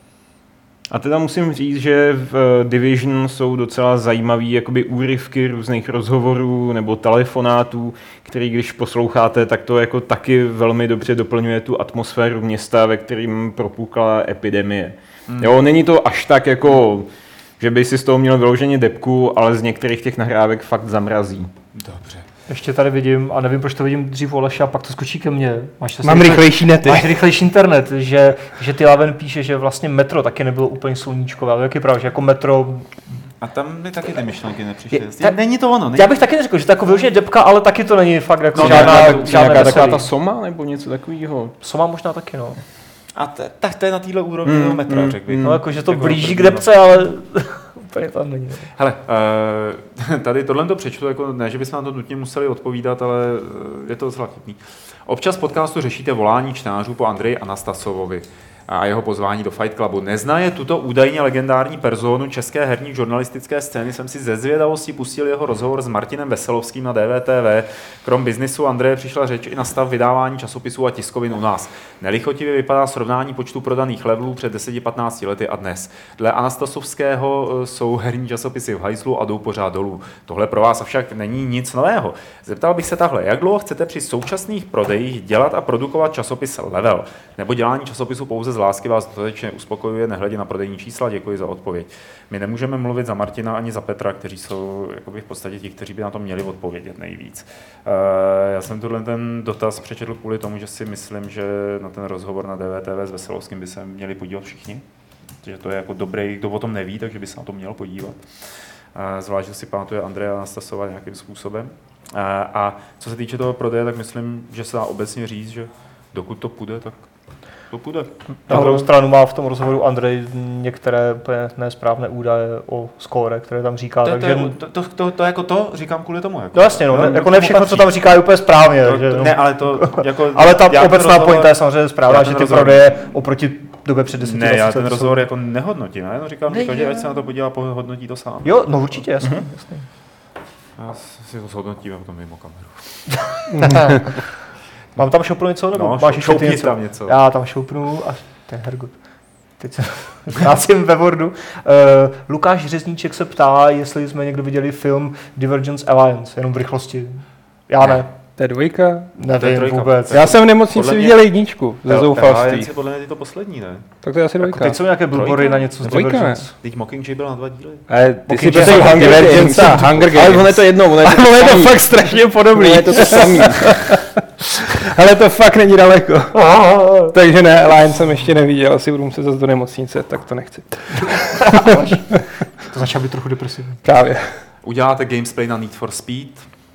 A teda musím říct, že v eh, Division jsou docela zajímavý jakoby úryvky různých rozhovorů nebo telefonátů, který když posloucháte, tak to jako taky velmi dobře doplňuje tu atmosféru města, ve kterým propukla epidemie. Hmm. Jo, není to až tak jako, že by si z toho měl vyloženě depku, ale z některých těch nahrávek fakt zamrazí. Dobře. Ještě tady vidím, a nevím, proč to vidím dřív u Aleše, a pak to skočí ke mně. Máš mám rychlejší nety. Máš rychlejší internet, že, že ty Laven píše, že vlastně metro taky nebylo úplně sluníčkové, ale jak je pravda, že jako metro... A tam mi taky ty myšlenky nepřišly. Je- Je, tak- není to ono. Není... Já bych taky neřekl, že to jako vyloženě depka, ale taky to není fakt jako No, žádná, nějaká, žádná nějaká taková veselý. ta soma nebo něco takového. Soma možná taky, no. A te, tak to je na téhle úrovni Mm, toho metra, mm, řekl bych. mm. No jako, že to Jako blíží první, k depce, ale úplně tam není. no. Hele, uh, tady tohle to přečtu, jako ne, že bychom na to nutně museli odpovídat, ale uh, je to docela chytný. Občas v podcastu řešíte volání čtenářů po Andreji Anastasovovi a jeho pozvání do Fight Clubu. Neznaje tuto údajně legendární personu české herní žurnalistické scény, jsem si ze zvědavosti pustil jeho rozhovor s Martinem Veselovským na D V T V. Krom biznisu Andreje přišla řeč i na stav vydávání časopisů a tiskovin u nás. Nelichotivě vypadá srovnání počtu prodaných levelů před deseti patnácti lety a dnes. Dle Anastasovského eh, jsou herní časopisy v hajzlu a jdou pořád dolů. Tohle pro vás avšak není nic nového. Zeptal bych se takhle, jak dlouho chcete při současných prodejích dělat a produkovat časopis Level? Nebo dělání časopisu pouze z lásky vás dostatečně uspokojuje, nehledě na prodejní čísla? Děkuji za odpověď. My nemůžeme mluvit za Martina ani za Petra, kteří jsou jakoby v podstatě ti, kteří by na to měli odpovědět nejvíc. Uh, já jsem tuhle ten dotaz přečetl kvůli tomu, že si myslím, že na ten rozhovor na D V T V s Veselovským by se měli podívat všichni. Že to je jako dobrý, kdo o tom neví, takže by se na to měl podívat. Uh, zvlášť, že si pamatuje Andreja Anastasova nějakým způsobem. Uh, a co se týče toho prodeje, tak myslím, že se dá obecně říct, že dokud to půjde, tak to půjde. Na druhou stranu má v tom rozhovoru Andrej některé úplně nesprávné údaje o skóre, které tam říká, To, takže... to, to, to, to, to, jako to říkám kvůli tomu. Jako. No jasně, no, ne, jako ne tomu všechno, co patří. tam říká, je úplně správně. To, že, to, no. ne, ale to jako... Ale ta já ten obecná rozhovor- pointa je samozřejmě správná, já že ten ty rozhovor- prodeje oproti době před deseti Ne, já lety ten jsou- rozhovor jako nehodnotím, já jenom říkám, Ne, že každý, je. ať se na to podívá, hodnotí to sám. Jo, no určitě, jasně. Mhm. jasně. Já si to zhodnotím potom mimo kameru. Mám tam šoupnu něco, nebo No, máš šou- ještě ty šoupni něco? tam něco. Já tam šoupnu a to je hergut. Teď se vrátím ve Wordu. Uh, Lukáš Řezníček se ptá, jestli jsme někdo viděli film Divergence Alliance, jenom v rychlosti. Já ne. To je dvojka. To je Nevím trojka. vůbec. Já jsem v nemocnici Podle mě- viděl jedničku ze Ale zoufalství. jen si podle mě je to poslední, ne? Tak to je asi Jako dvojka. teď jsou nějaké billboardy Trojka? na něco z Dvojka, ne? Divergence. Teď Mockingjay byl na dva díly. Ale ty si Mockingjay představ jsou Hunger Games a Hunger Games. Ale ono je to jedno, ono je to, Ale je to samý. fakt strašně podobný. Je to to samý. Ale to fakt není daleko. Takže ne, Alliance jsem ještě neviděl, asi budu muset zase do nemocnice, tak to nechci. To začalo být trochu depresivní. Právě. Uděláte gamesplay na Need for Speed?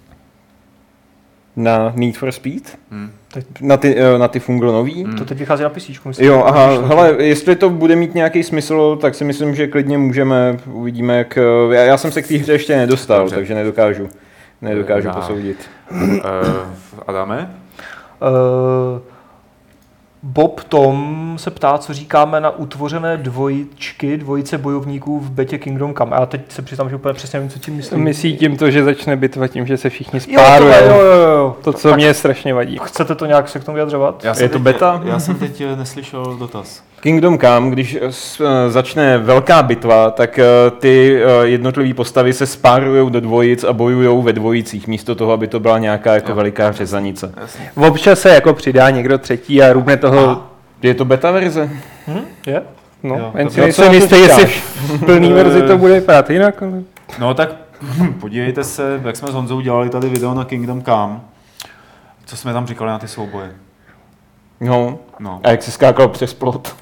Na Need for Speed? Hmm. Na ty, eh, na ty fungle nový? Hmm. To teď vychází na písíčku, myslím. Jo, že aha, vyšlo, hele, jestli to bude mít nějaký smysl, tak si myslím, že klidně můžeme, uvidíme, jak... eh, Já, já jsem se k té hře ještě nedostal, Dobře. takže nedokážu, nedokážu Já. posoudit. Uh, Adame? Uh, Bob Tom se ptá, co říkáme na utvořené dvojičky, dvojice bojovníků v betě Kingdom Come. A já teď se přiznám, že úplně přesně nevím, co tím myslím. Myslí tím to, že začne bitva tím, že se všichni Jo, spárují. to, jo, jo, jo. To, co Tak- mě strašně vadí. Chcete to nějak se k tomu vyjadřovat? Já jsem Je to teď- beta? Já jsem teď eh, neslyšel dotaz. Kingdom Come, když s- eh, začne velká bitva, tak eh, ty eh, jednotlivé postavy se spárujou do dvojic a bojujou ve dvojicích, místo toho, aby to byla nějaká jako Jo. veliká řezanice. Jasně. Občas se jako přidá někdo třetí a růbne toho. Je to beta verze? Hm? Je? No, Jo, jen to- si jo, co nejsem na to jistý, jestli říkáš? v plný verzi to bude vypadat jinak, ale... No tak podívejte se, jak jsme s Honzou dělali tady video na Kingdom Come, co jsme tam říkali na ty souboje. No. No. A jak jsi skákal přes plot?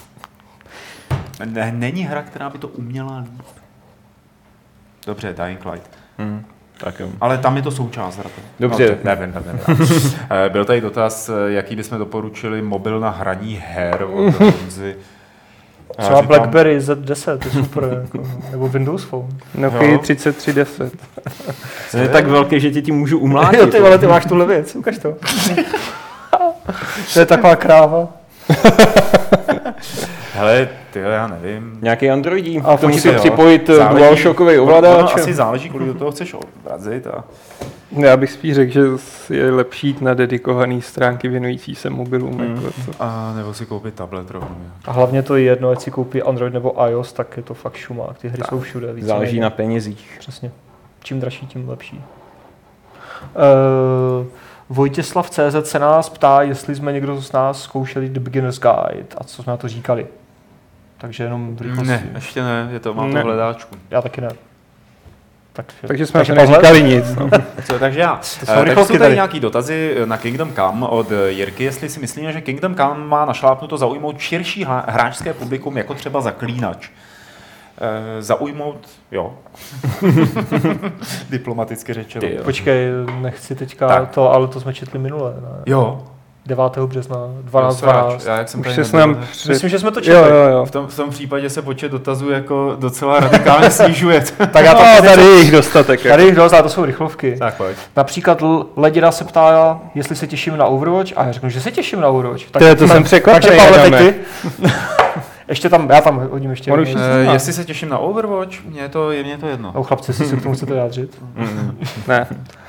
Ne, není hra, která by to uměla líp. Dobře, Dying Light. Hm. Tak jo. Ale tam je to součást hra. Dobře. No, nevím, nevím. nevím. Eh, Byl tady dotaz, eh, jaký bychom doporučili mobil na hraní her od Honzy. Já Třeba říkám- BlackBerry Z deset, to je super, jako, nebo Windows Phone. Nokia Jo. třicet tři deset. To je tak velký, že tě tím můžu Jo, umlátit. ty vole, ty máš tuhle věc, ukaž to. To je taková kráva. Hele, ty já nevím. Nějaký Androidí. A A to musí fotíte, jo. připojit eh, Záleží- DualShockový ono- ovladač. ono asi záleží, kolik do toho chceš obrazit. A... Já bych spíš řekl, že je lepší jít na dedikované stránky věnující se mobilům. Mm. Jako to. a nebo si koupit tablet rovnou. A hlavně to je jedno, ať si koupí Android nebo iOS, tak je to fakt šumák. Ty hry jsou všude. Víc Záleží na penězích. Přesně. Čím dražší, tím lepší. Uh, Vojtěslav C Z se nás ptá, jestli jsme někdo z nás zkoušeli The Beginner's Guide a co jsme na to říkali. Takže jenom v rychlosti. Ne, ještě ne, je to, mám Ne. to v hledáčku. Já taky ne. Tak, Takže jsme takže to neříkali nic. No. Co, takže já. jsou Eh, Tak rychlostky jsou tady tady. nějaký dotazy na Kingdom Come od eh, Jirky, jestli si myslíme, že Kingdom Come má našlápnuto zaujmout širší hla- hráčské publikum, jako třeba Zaklínač. Eh, zaujmout, jo. Diplomaticky řečeno. Ty jo. Počkej, nechci teďka Tak. to, ale to jsme četli minule. Ne? Jo. devátého března, dvanáct Já, dvanáct. já, jak jsem Už tady se s nebyl, nám ne- před... Myslím, že jsme to Jo, četli. jo, jo. v, tom, v tom případě se počet dotazů jako docela radikálně snižuje. Tak já No, tam tady je jich dostatek. Tady jich dost, ale to jsou rychlovky. tak pojď. Například L- Leděra se ptá, jestli se těším na Overwatch, a já řeknu, že se těším na Overwatch. To je- to jsem překvapený, Takže Pavle, teď Adame. ty. Ještě tam, já tam hodím ještě. On už jednu. nic Eh, nemá. jestli se těším na Overwatch, mně je to, je mě to jedno. No chlapci, jestli se k tomu chcete vyjádřit. Ne.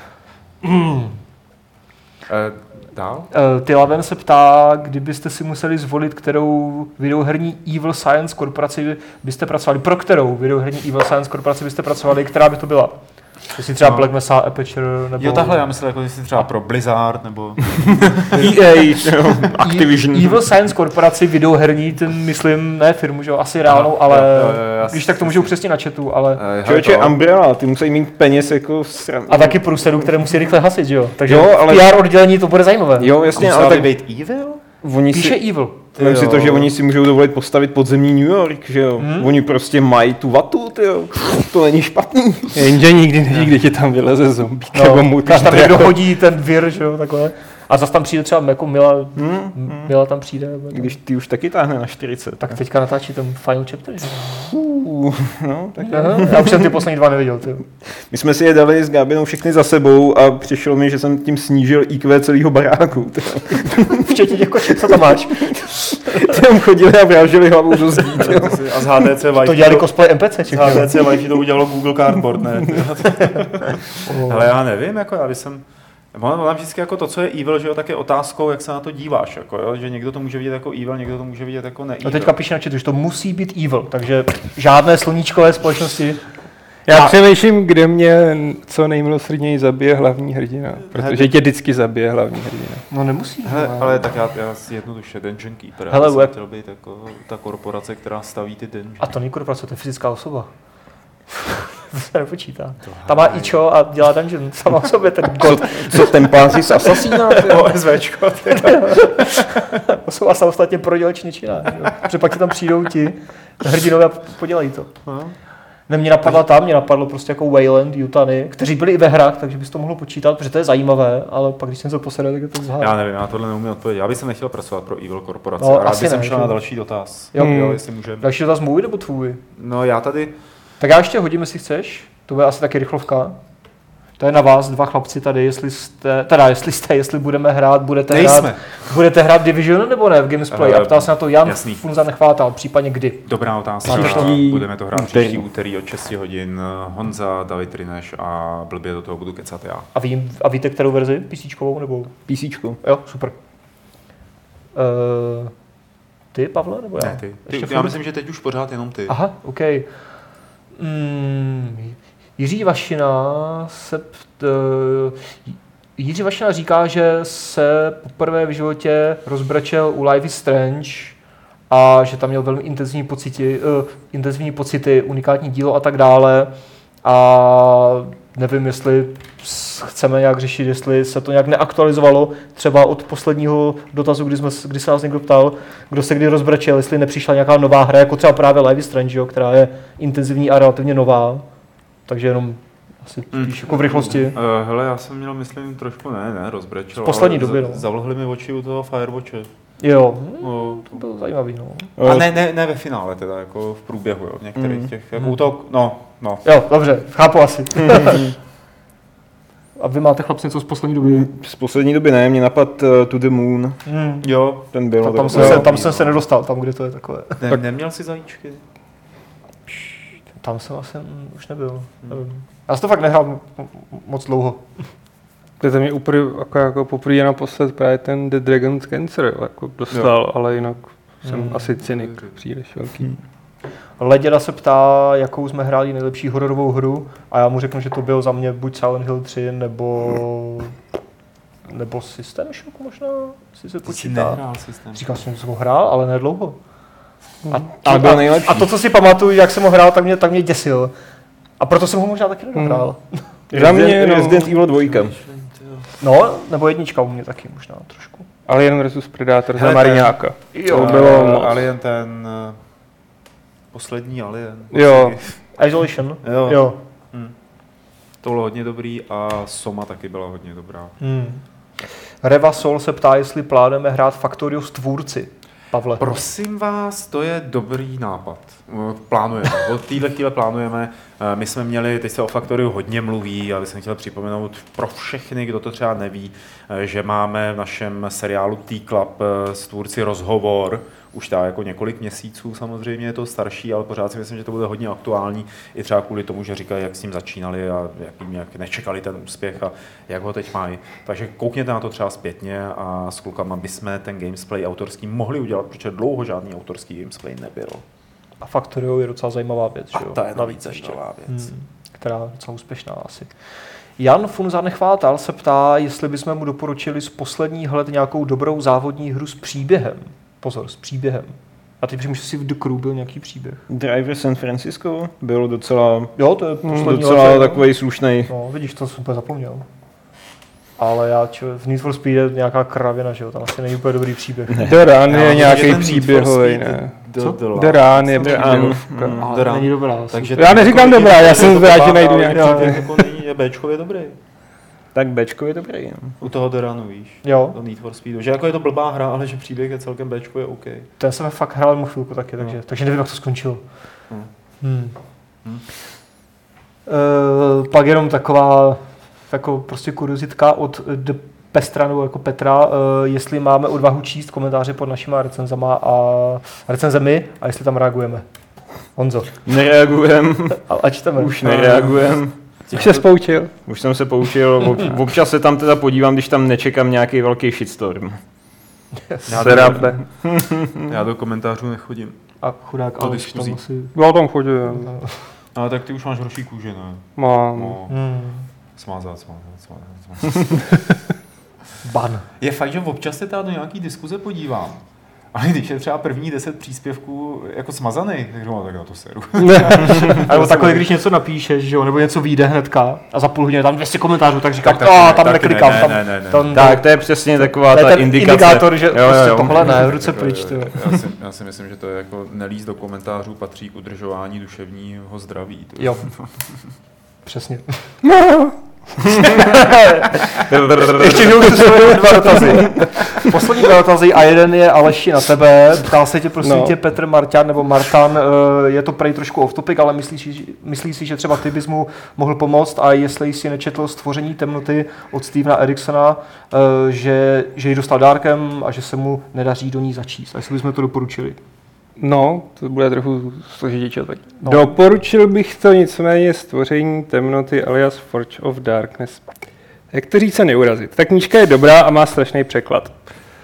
Eh, dál? Uh, Tylaven se ptá, kdybyste si museli zvolit, kterou videoherní Evil Science korporaci byste pracovali, pro kterou videoherní Evil Science korporaci byste pracovali, která by to byla? Jestli třeba No. Black Mesa, Aperture, nebo... Jo, takhle, já myslel, jako jestli třeba pro Blizzard, nebo... E A, jo, Activision. Evil Science korporaci videoherní, ten myslím, ne firmu, že jo, asi reálnou, ale jo, jo, jo, já když si- tak to můžou přesně na chatu, ale... Eh, Člověče, hele, to- Umbrella, ty musí mít peněz jako sram... A taky průsedu, které musí rychle hasit, že jo? Takže Jo, ale- v P R oddělení to bude zajímavé. Jo, jasně, Musela ale by tak být Evil? oni Píše si... Evil. Vem si to, jo. že oni si můžou dovolit postavit podzemní New York, že jo? Hmm. Oni prostě mají tu vatu, tyjo. To není špatný. Jenže nikdy neví, kde ti tam vyleze zombie No, nebo když mutant. tam někdo jako- hodí ten vir, že jo, takhle. A zase tam přijde třeba jako Mila, Hmm. Mila tam přijde. nebo tak. Když ty už taky táhne na čtyřicet. Tak teďka natáčí ten final chapter, že? Uh, no, tak Aha, já už jsem ty poslední dva neviděl, ty. my jsme si je dali s Gábinou všechny za sebou a přišlo mi, že jsem tím snížil I Q celého baráku. Včetně těch koček, co tam máš? Tam chodili a vráželi hlavou do zdí. tyjo. A z H D C Wi-Fi To dělali cosplay N P C, z H D C Wi-Fi to udělalo Google Cardboard, ne? Oh. Ale já nevím, jako já bych jsem... Ono tam vždycky jako to, co je evil, že jo, tak je otázkou, jak se na to díváš, jako jo, že někdo to může vidět jako evil, někdo to může vidět jako ne-evil. No teďka píše na chatu, že to musí být evil, takže žádné sluníčkové společnosti. Já A- přemýšlím, kde mě co nejmilosrdněji zabije hlavní hrdina. Protože tě vždycky zabije hlavní hrdina. No nemusí. Hele, ale- ale tak já, já si jednoduše Dungeon Keeper, Hele, já jsem web- chtěl být jako ta korporace, která staví ty dungeons. A to není korporace, to je fyzická osoba. To se nepočítá. Tam má ičo a dělá dungeon sama o sobě, ten Co, god. co templáři z Assassina? OSVčko, To jsou a samostatně prodělečně činná. jo. Protože pak ti tam přijdou ti hrdinové a podělají to. Ne, mě napadla tam, mě napadlo prostě jako Wayland, Yutany, kteří byli i ve hrách, takže bys to mohl počítat, protože to je zajímavé, ale pak když jsem to posede, tak je to zhádá. Já nevím, já tohle neumím odpovědět. Já bych se nechtěl pracovat pro evil korporace. No, No, rád asi bych jsem ne, šel že? na další dotaz. Jo. jo jestli můžeme. Další dotaz můj nebo tvůj? No já tady, Tak já ještě hodím, jestli chceš. To bude asi taky rychlovka. To je na vás, dva chlapci tady, jestli jste, teda jestli jste, jestli budeme hrát, budete Nejsme. hrát, budete hrát Division nebo ne v Gamesplay? Uh, A ptal se na to Jan jasný. Funza Nechvátal, případně kdy. Dobrá otázka. Příští Budeme to hrát úterý. příští úterý od šest hodin. Honza, David Rineš a blbě do toho budu kecat já. A, vím, a víte, kterou verzi? PCčkovou nebo? PCčko. Jo, super. Uh, ty, Pavle, nebo já? Ne, ty. Ještě ty já furt? myslím, že teď už pořád jenom ty. Aha, OK. Mm, Jiří Vašina se... Pt, Jiří Vašina říká, že se poprvé v životě rozbrečel u Life is Strange a že tam měl velmi intenzivní pocity, uh, intenzivní pocity, unikátní dílo a tak dále. A nevím, jestli chceme nějak řešit, jestli se to nějak neaktualizovalo, třeba od posledního dotazu, kdy, jsme, kdy se nás někdo ptal, kdo se kdy rozbrečel, jestli nepřišla nějaká nová hra, jako třeba právě Life is Strange, jo, která je intenzivní a relativně nová. Takže jenom asi spíš jako v rychlosti. Uh, hele, já jsem měl, myslím, trošku, ne, ne, rozbrečel. V poslední ale době, za- no. Zavlhly mi oči u toho Firewatche. Jo, No, to bylo zajímavý, no. a ne, ne, ne ve finále teda, jako v průběhu, jo, v některých Mm. těch, jako u toho, no, no. Jo, dobře, chápu asi. A vy máte chlapci něco z poslední doby? Z poslední doby ne, mě napad uh, To the Moon. Hmm. Jo, Ten byl. Tam, tam, takový- jsem se, tam jsem se nedostal, tam, kde to je takové. ne, neměl jsi zajíčky? Tam jsem asi mm, už nebyl. Nevím. Já jsem to fakt nehrál m- m- moc dlouho. To je mě úplně jako, jako poprvé naposled právě ten The Dragon's Cancer, jo, jako dostal, jo. Ale jinak jsem Hmm. asi cynik příliš velký. Hmm. Leděda se ptá, jakou jsme hráli nejlepší hororovou hru a já mu řeknu, že to byl za mě buď Silent Hill tři nebo nebo System Shock možná, si se Ty jsi počítá. nehrál systém. Říkal jsem, že jsem ho hrál, ale ne dlouho. A, Ale byl nejlepší. a to, co si pamatuju, jak jsem ho hrál, tak mě, tak mě děsil. A proto jsem ho možná taky nedohrál. Za mě, Resident, no. Resident Evil dva. No, nebo jednička u mě taky možná trošku. Alien versus Predator za Hele, Mariňáka. Jo. To bylo moc. Alien ten, uh, poslední Alien. Jo. Isolation? Jo. Jo. To bylo hodně dobrý a Soma taky byla hodně dobrá. Hmm. Reva Sol se ptá, jestli plánujeme hrát Factorius tvůrci. Pavle. Prosím vás, to je dobrý nápad. Plánujeme. Od téhle chvíle plánujeme. My jsme měli, teď se o Factoriu hodně mluví, já bych chtěl připomenout pro všechny, kdo to třeba neví, že máme v našem seriálu T-Club s tvůrci rozhovor, už tak jako několik měsíců samozřejmě je to starší, ale pořád si myslím, že to bude hodně aktuální, i třeba kvůli tomu, že říkají, jak s ním začínali a jak, jim, jak nečekali ten úspěch a jak ho teď mají. Takže koukněte na to třeba zpětně a s klukama bychom ten gamesplay autorský mohli udělat, protože dlouho žádný autorský gamesplay nebyl. A Factorio je docela zajímavá věc, že jo? A to je Navíc navíc ještě. zajímavá věc. Hmm. Která je docela úspěšná asi. Jan Funza Nechvátal se ptá, jestli bychom mu doporučili z posledních let nějakou dobrou závodní hru s příběhem. Pozor, s příběhem. A teď přemýšlím, jestli v The Crew byl nějaký příběh. Driver San Francisco byl docela, Jo, to je poslední docela let. takový slušný. No, vidíš, to jsem úplně zapomněl. Ale já, čo, v Need for Speed je nějaká kravina, že jo, tam asi není úplně dobrý příběh. The Run Já je myslím, že nějaký ten Need for příběhový, Speed, ne? The- Co? The Last. The Run je The příběhovka. Run, Ale The Run. není dobrá. Takže Já neříkám jako dobrá, vidět, já že jsem to zvědavý, pápá, najdu ale nějaký příběh příběh. jako není, je Bčko je dobrý. Tak Bčko je dobrý. No. U toho The Runu, víš? Jo, Do Need for Speedu. Že jako je to blbá hra, ale že příběh je celkem Bčko je OK. ten jsem fakt hrál mu chvilku taky, takže, No. takže nevím, jak to skončilo. Hmm. Hmm. Hmm. Uh, pak jenom taková jako prostě kuriozitka od The Pestra nebo jako Petra, uh, jestli máme odvahu číst komentáře pod našima recenzama a recenzemi a jestli tam reagujeme. Honzo. Nereagujem, A, a čteme. už nereagujem. Už se spoučil. Už jsem se poučil, ob- občas se tam teda podívám, když tam nečekám nějaký velký shitstorm. Já Serape. Já do komentářů nechodím. A chudák To Aleš tam diskuzí. asi... Já tam chodil. Ale tak ty už máš horší kůži, ne? Mám. No, Hmm. smázat, smázat, smázat, smázat. Ban. Je fakt, že občas se teda do nějaký diskuze podívám. Ale když je třeba první deset příspěvků jako smazaný, tak říkám, tak já to seru. A nebo takhle, když něco napíšeš, že jo, nebo něco vyjde hnedka a za půl hodiny tam dvě stě komentářů, tak říkám, Tak taky a ne, tam taky neklikám, ne, tam, ne, ne, ne. tam, Tak, to je přesně taková to je ta ten indikace. indikátor, že Jo, prostě jo. tohle ne, ruce pryč, ty. Já si, já si myslím, že to je jako nelíst do komentářů patří k udržování duševního zdraví. To je- Jo. Přesně. No. Ještě že už svoje dva dotazy. Poslední dva dotazy a jeden je Aleši na tebe. Ptal se tě prosím No. tě Petr Marťan nebo Martan, je to prej trošku off topic, ale myslíš, myslíš si, že třeba ty bys mu mohl pomoct a jestli jsi nečetl Stvoření temnoty od Stevena Eriksona, že, že ji dostal dárkem a že se mu nedaří do ní začíst. A jestli bychom to doporučili. No, to bude trochu složitější odpověď. No. Doporučil bych to, nicméně Stvoření temnoty alias Forge of Darkness. Jak to říct se neurazit? Ta knížka je dobrá a má strašný překlad.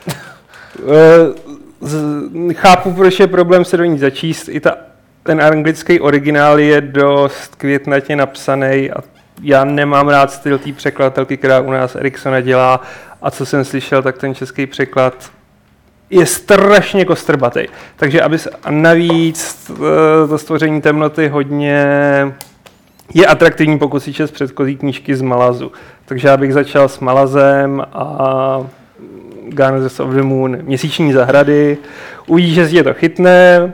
Z- Chápu, proč je problém se do ní začíst. I ta, ten anglický originál je dost květnatě napsaný a já nemám rád styl té překladatelky, která u nás Eriksona dělá. A co jsem slyšel, tak ten český překlad je strašně kostrbatý. Takže aby se, a navíc to Stvoření temnoty hodně je atraktivní, pokud si čes předchozí knížky z Malazu. Takže já bych začal s Malazem a Guardians of the Moon, Měsíční zahrady. Uvidíš, že je to chytné.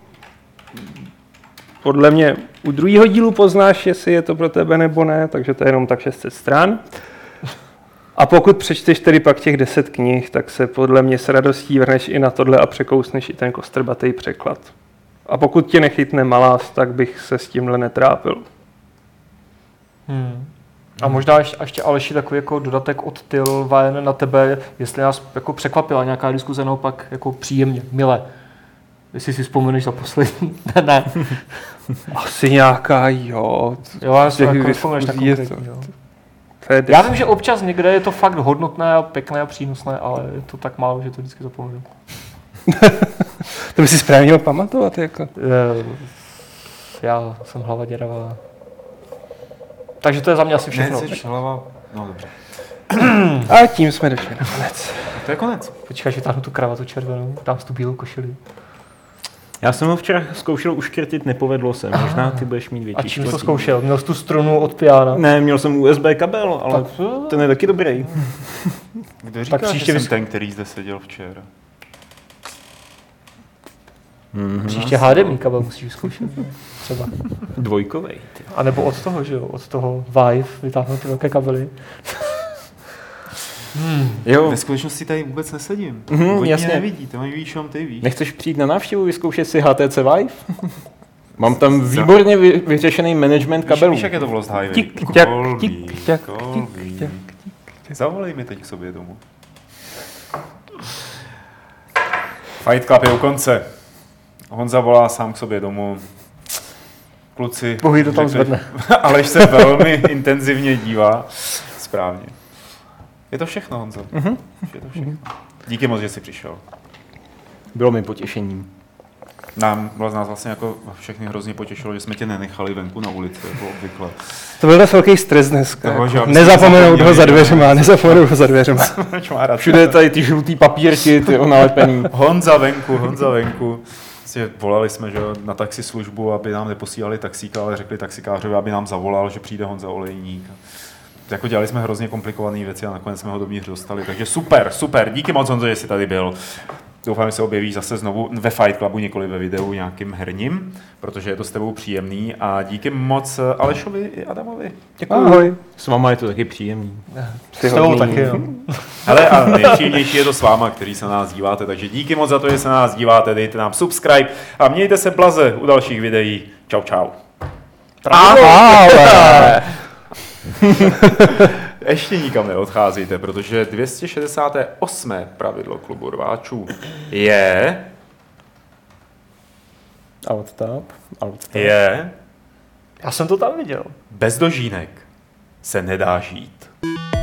Podle mě u druhého dílu poznáš, jestli je to pro tebe nebo ne, takže to je jenom tak šest set stran. A pokud přečteš tedy pak těch deset knih, tak se podle mě s radostí vrhneš i na tohle a překousneš i ten kostrbatý překlad. A pokud tě nechytne Malaz, tak bych se s tímhle netrápil. Hmm. A možná ještě, ještě Aleši takový jako dodatek od Tylvajen na tebe, jestli nás jako překvapila nějaká diskuze naopak jako příjemně, milé. Jestli si vzpomeneš za poslední. ne, ne. Asi nějaká, jo. Jo, já si Těch jako vzpomeneš na diskuzí je konkrétní, to- jo. To je Já vím, že občas někde je to fakt hodnotné a pěkné a přínosné, ale je to tak málo, že to vždycky zapomenu. To by si správně měl pamatovat. Jako. Eh, Já jsem hlava děravá. Takže to je za mě asi všechno. Ne, jsi hlava... No dobře. A tím jsme došli na konec. To je konec. Počkej, že táhnu tu kravatu červenou, dám si tu bílou košili. Já jsem ho včera zkoušel uškrtit, nepovedlo se. Možná ty budeš mít větší. A čím jsi to štěstí. zkoušel? Měl jsi tu strunu od piana? Ne, měl jsem U S B kabel, ale Tak, jo. ten je taky dobrý. Kdo říká, příště že jsem vys- ten, který zde seděl včera? Mm-hmm. Příště H D M I kabel musíš vyzkoušet. Třeba. Dvojkovej. ty. A nebo od toho, že jo? Od toho Vive vytáhnout ty velké kabely. Jo, Ve skutečnosti tady vůbec nesedím. Mhm, Oni jasně. mě nevidí, to mají víš, jenom ty víš. nechceš přijít na návštěvu, vyzkoušet si H T C Vive? Mám tam výborně vy, vyřešený management Víš, kabelů. víš, jak je to v Lost Highway? Tik, tak, Kolví, tik, tak, kolví. tik, tak. Zavolej mi teď k sobě domů. Fight Club je u konce. Honza volá sám k sobě domů. Kluci, Bohy to tam řekli- zvedne. Aleš se velmi intenzivně dívá. Správně. Je to všechno, Honzo. Uh-huh. Je to všechno. Díky moc, že jsi přišel. Bylo mi potěšením. Nám z nás vlastně jako všechny hrozně potěšilo, že jsme tě nenechali venku na ulici, jako obvykle. To byl dost velký stres dneska. Toho, že Jako. aby jsme Nezapomenout zapomněli, ho za že- dveřma, nezapomenout ho za dveřma. Čmára. Všude tady ty žlutý papírky, ty nalepený. Honza venku, Honza venku. Vlastně volali jsme že, jo, na taxislužbu, aby nám neposílali taxíka, ale řekli taxikářovi, aby nám zavolal, že přijde Honza Olejník. Jako dělali jsme hrozně komplikované věci a nakonec jsme ho dovnitř dostali. Takže super, super. Díky moc, Honzo, že jsi tady byl. Doufám, že se objevíš zase znovu ve Fight Clubu, nikoli ve videu nějakým herním, protože je to s tebou příjemný. A díky moc Alešovi i Adamovi. Ahoj. S váma je to taky příjemný. S tebou taky, no. Hele, a nejpříjemnější je to s váma, který se na nás díváte, takže díky moc za to, že se na nás díváte, dejte nám subscribe a mějte se blaze u dalších videí. Čau, čau. Ahoj. Ještě nikam neodcházejte, protože dvě stě šedesát osm pravidlo klubu rváčů je, Out tap, out tap. je Já jsem to tam viděl. bez dožínek se nedá žít.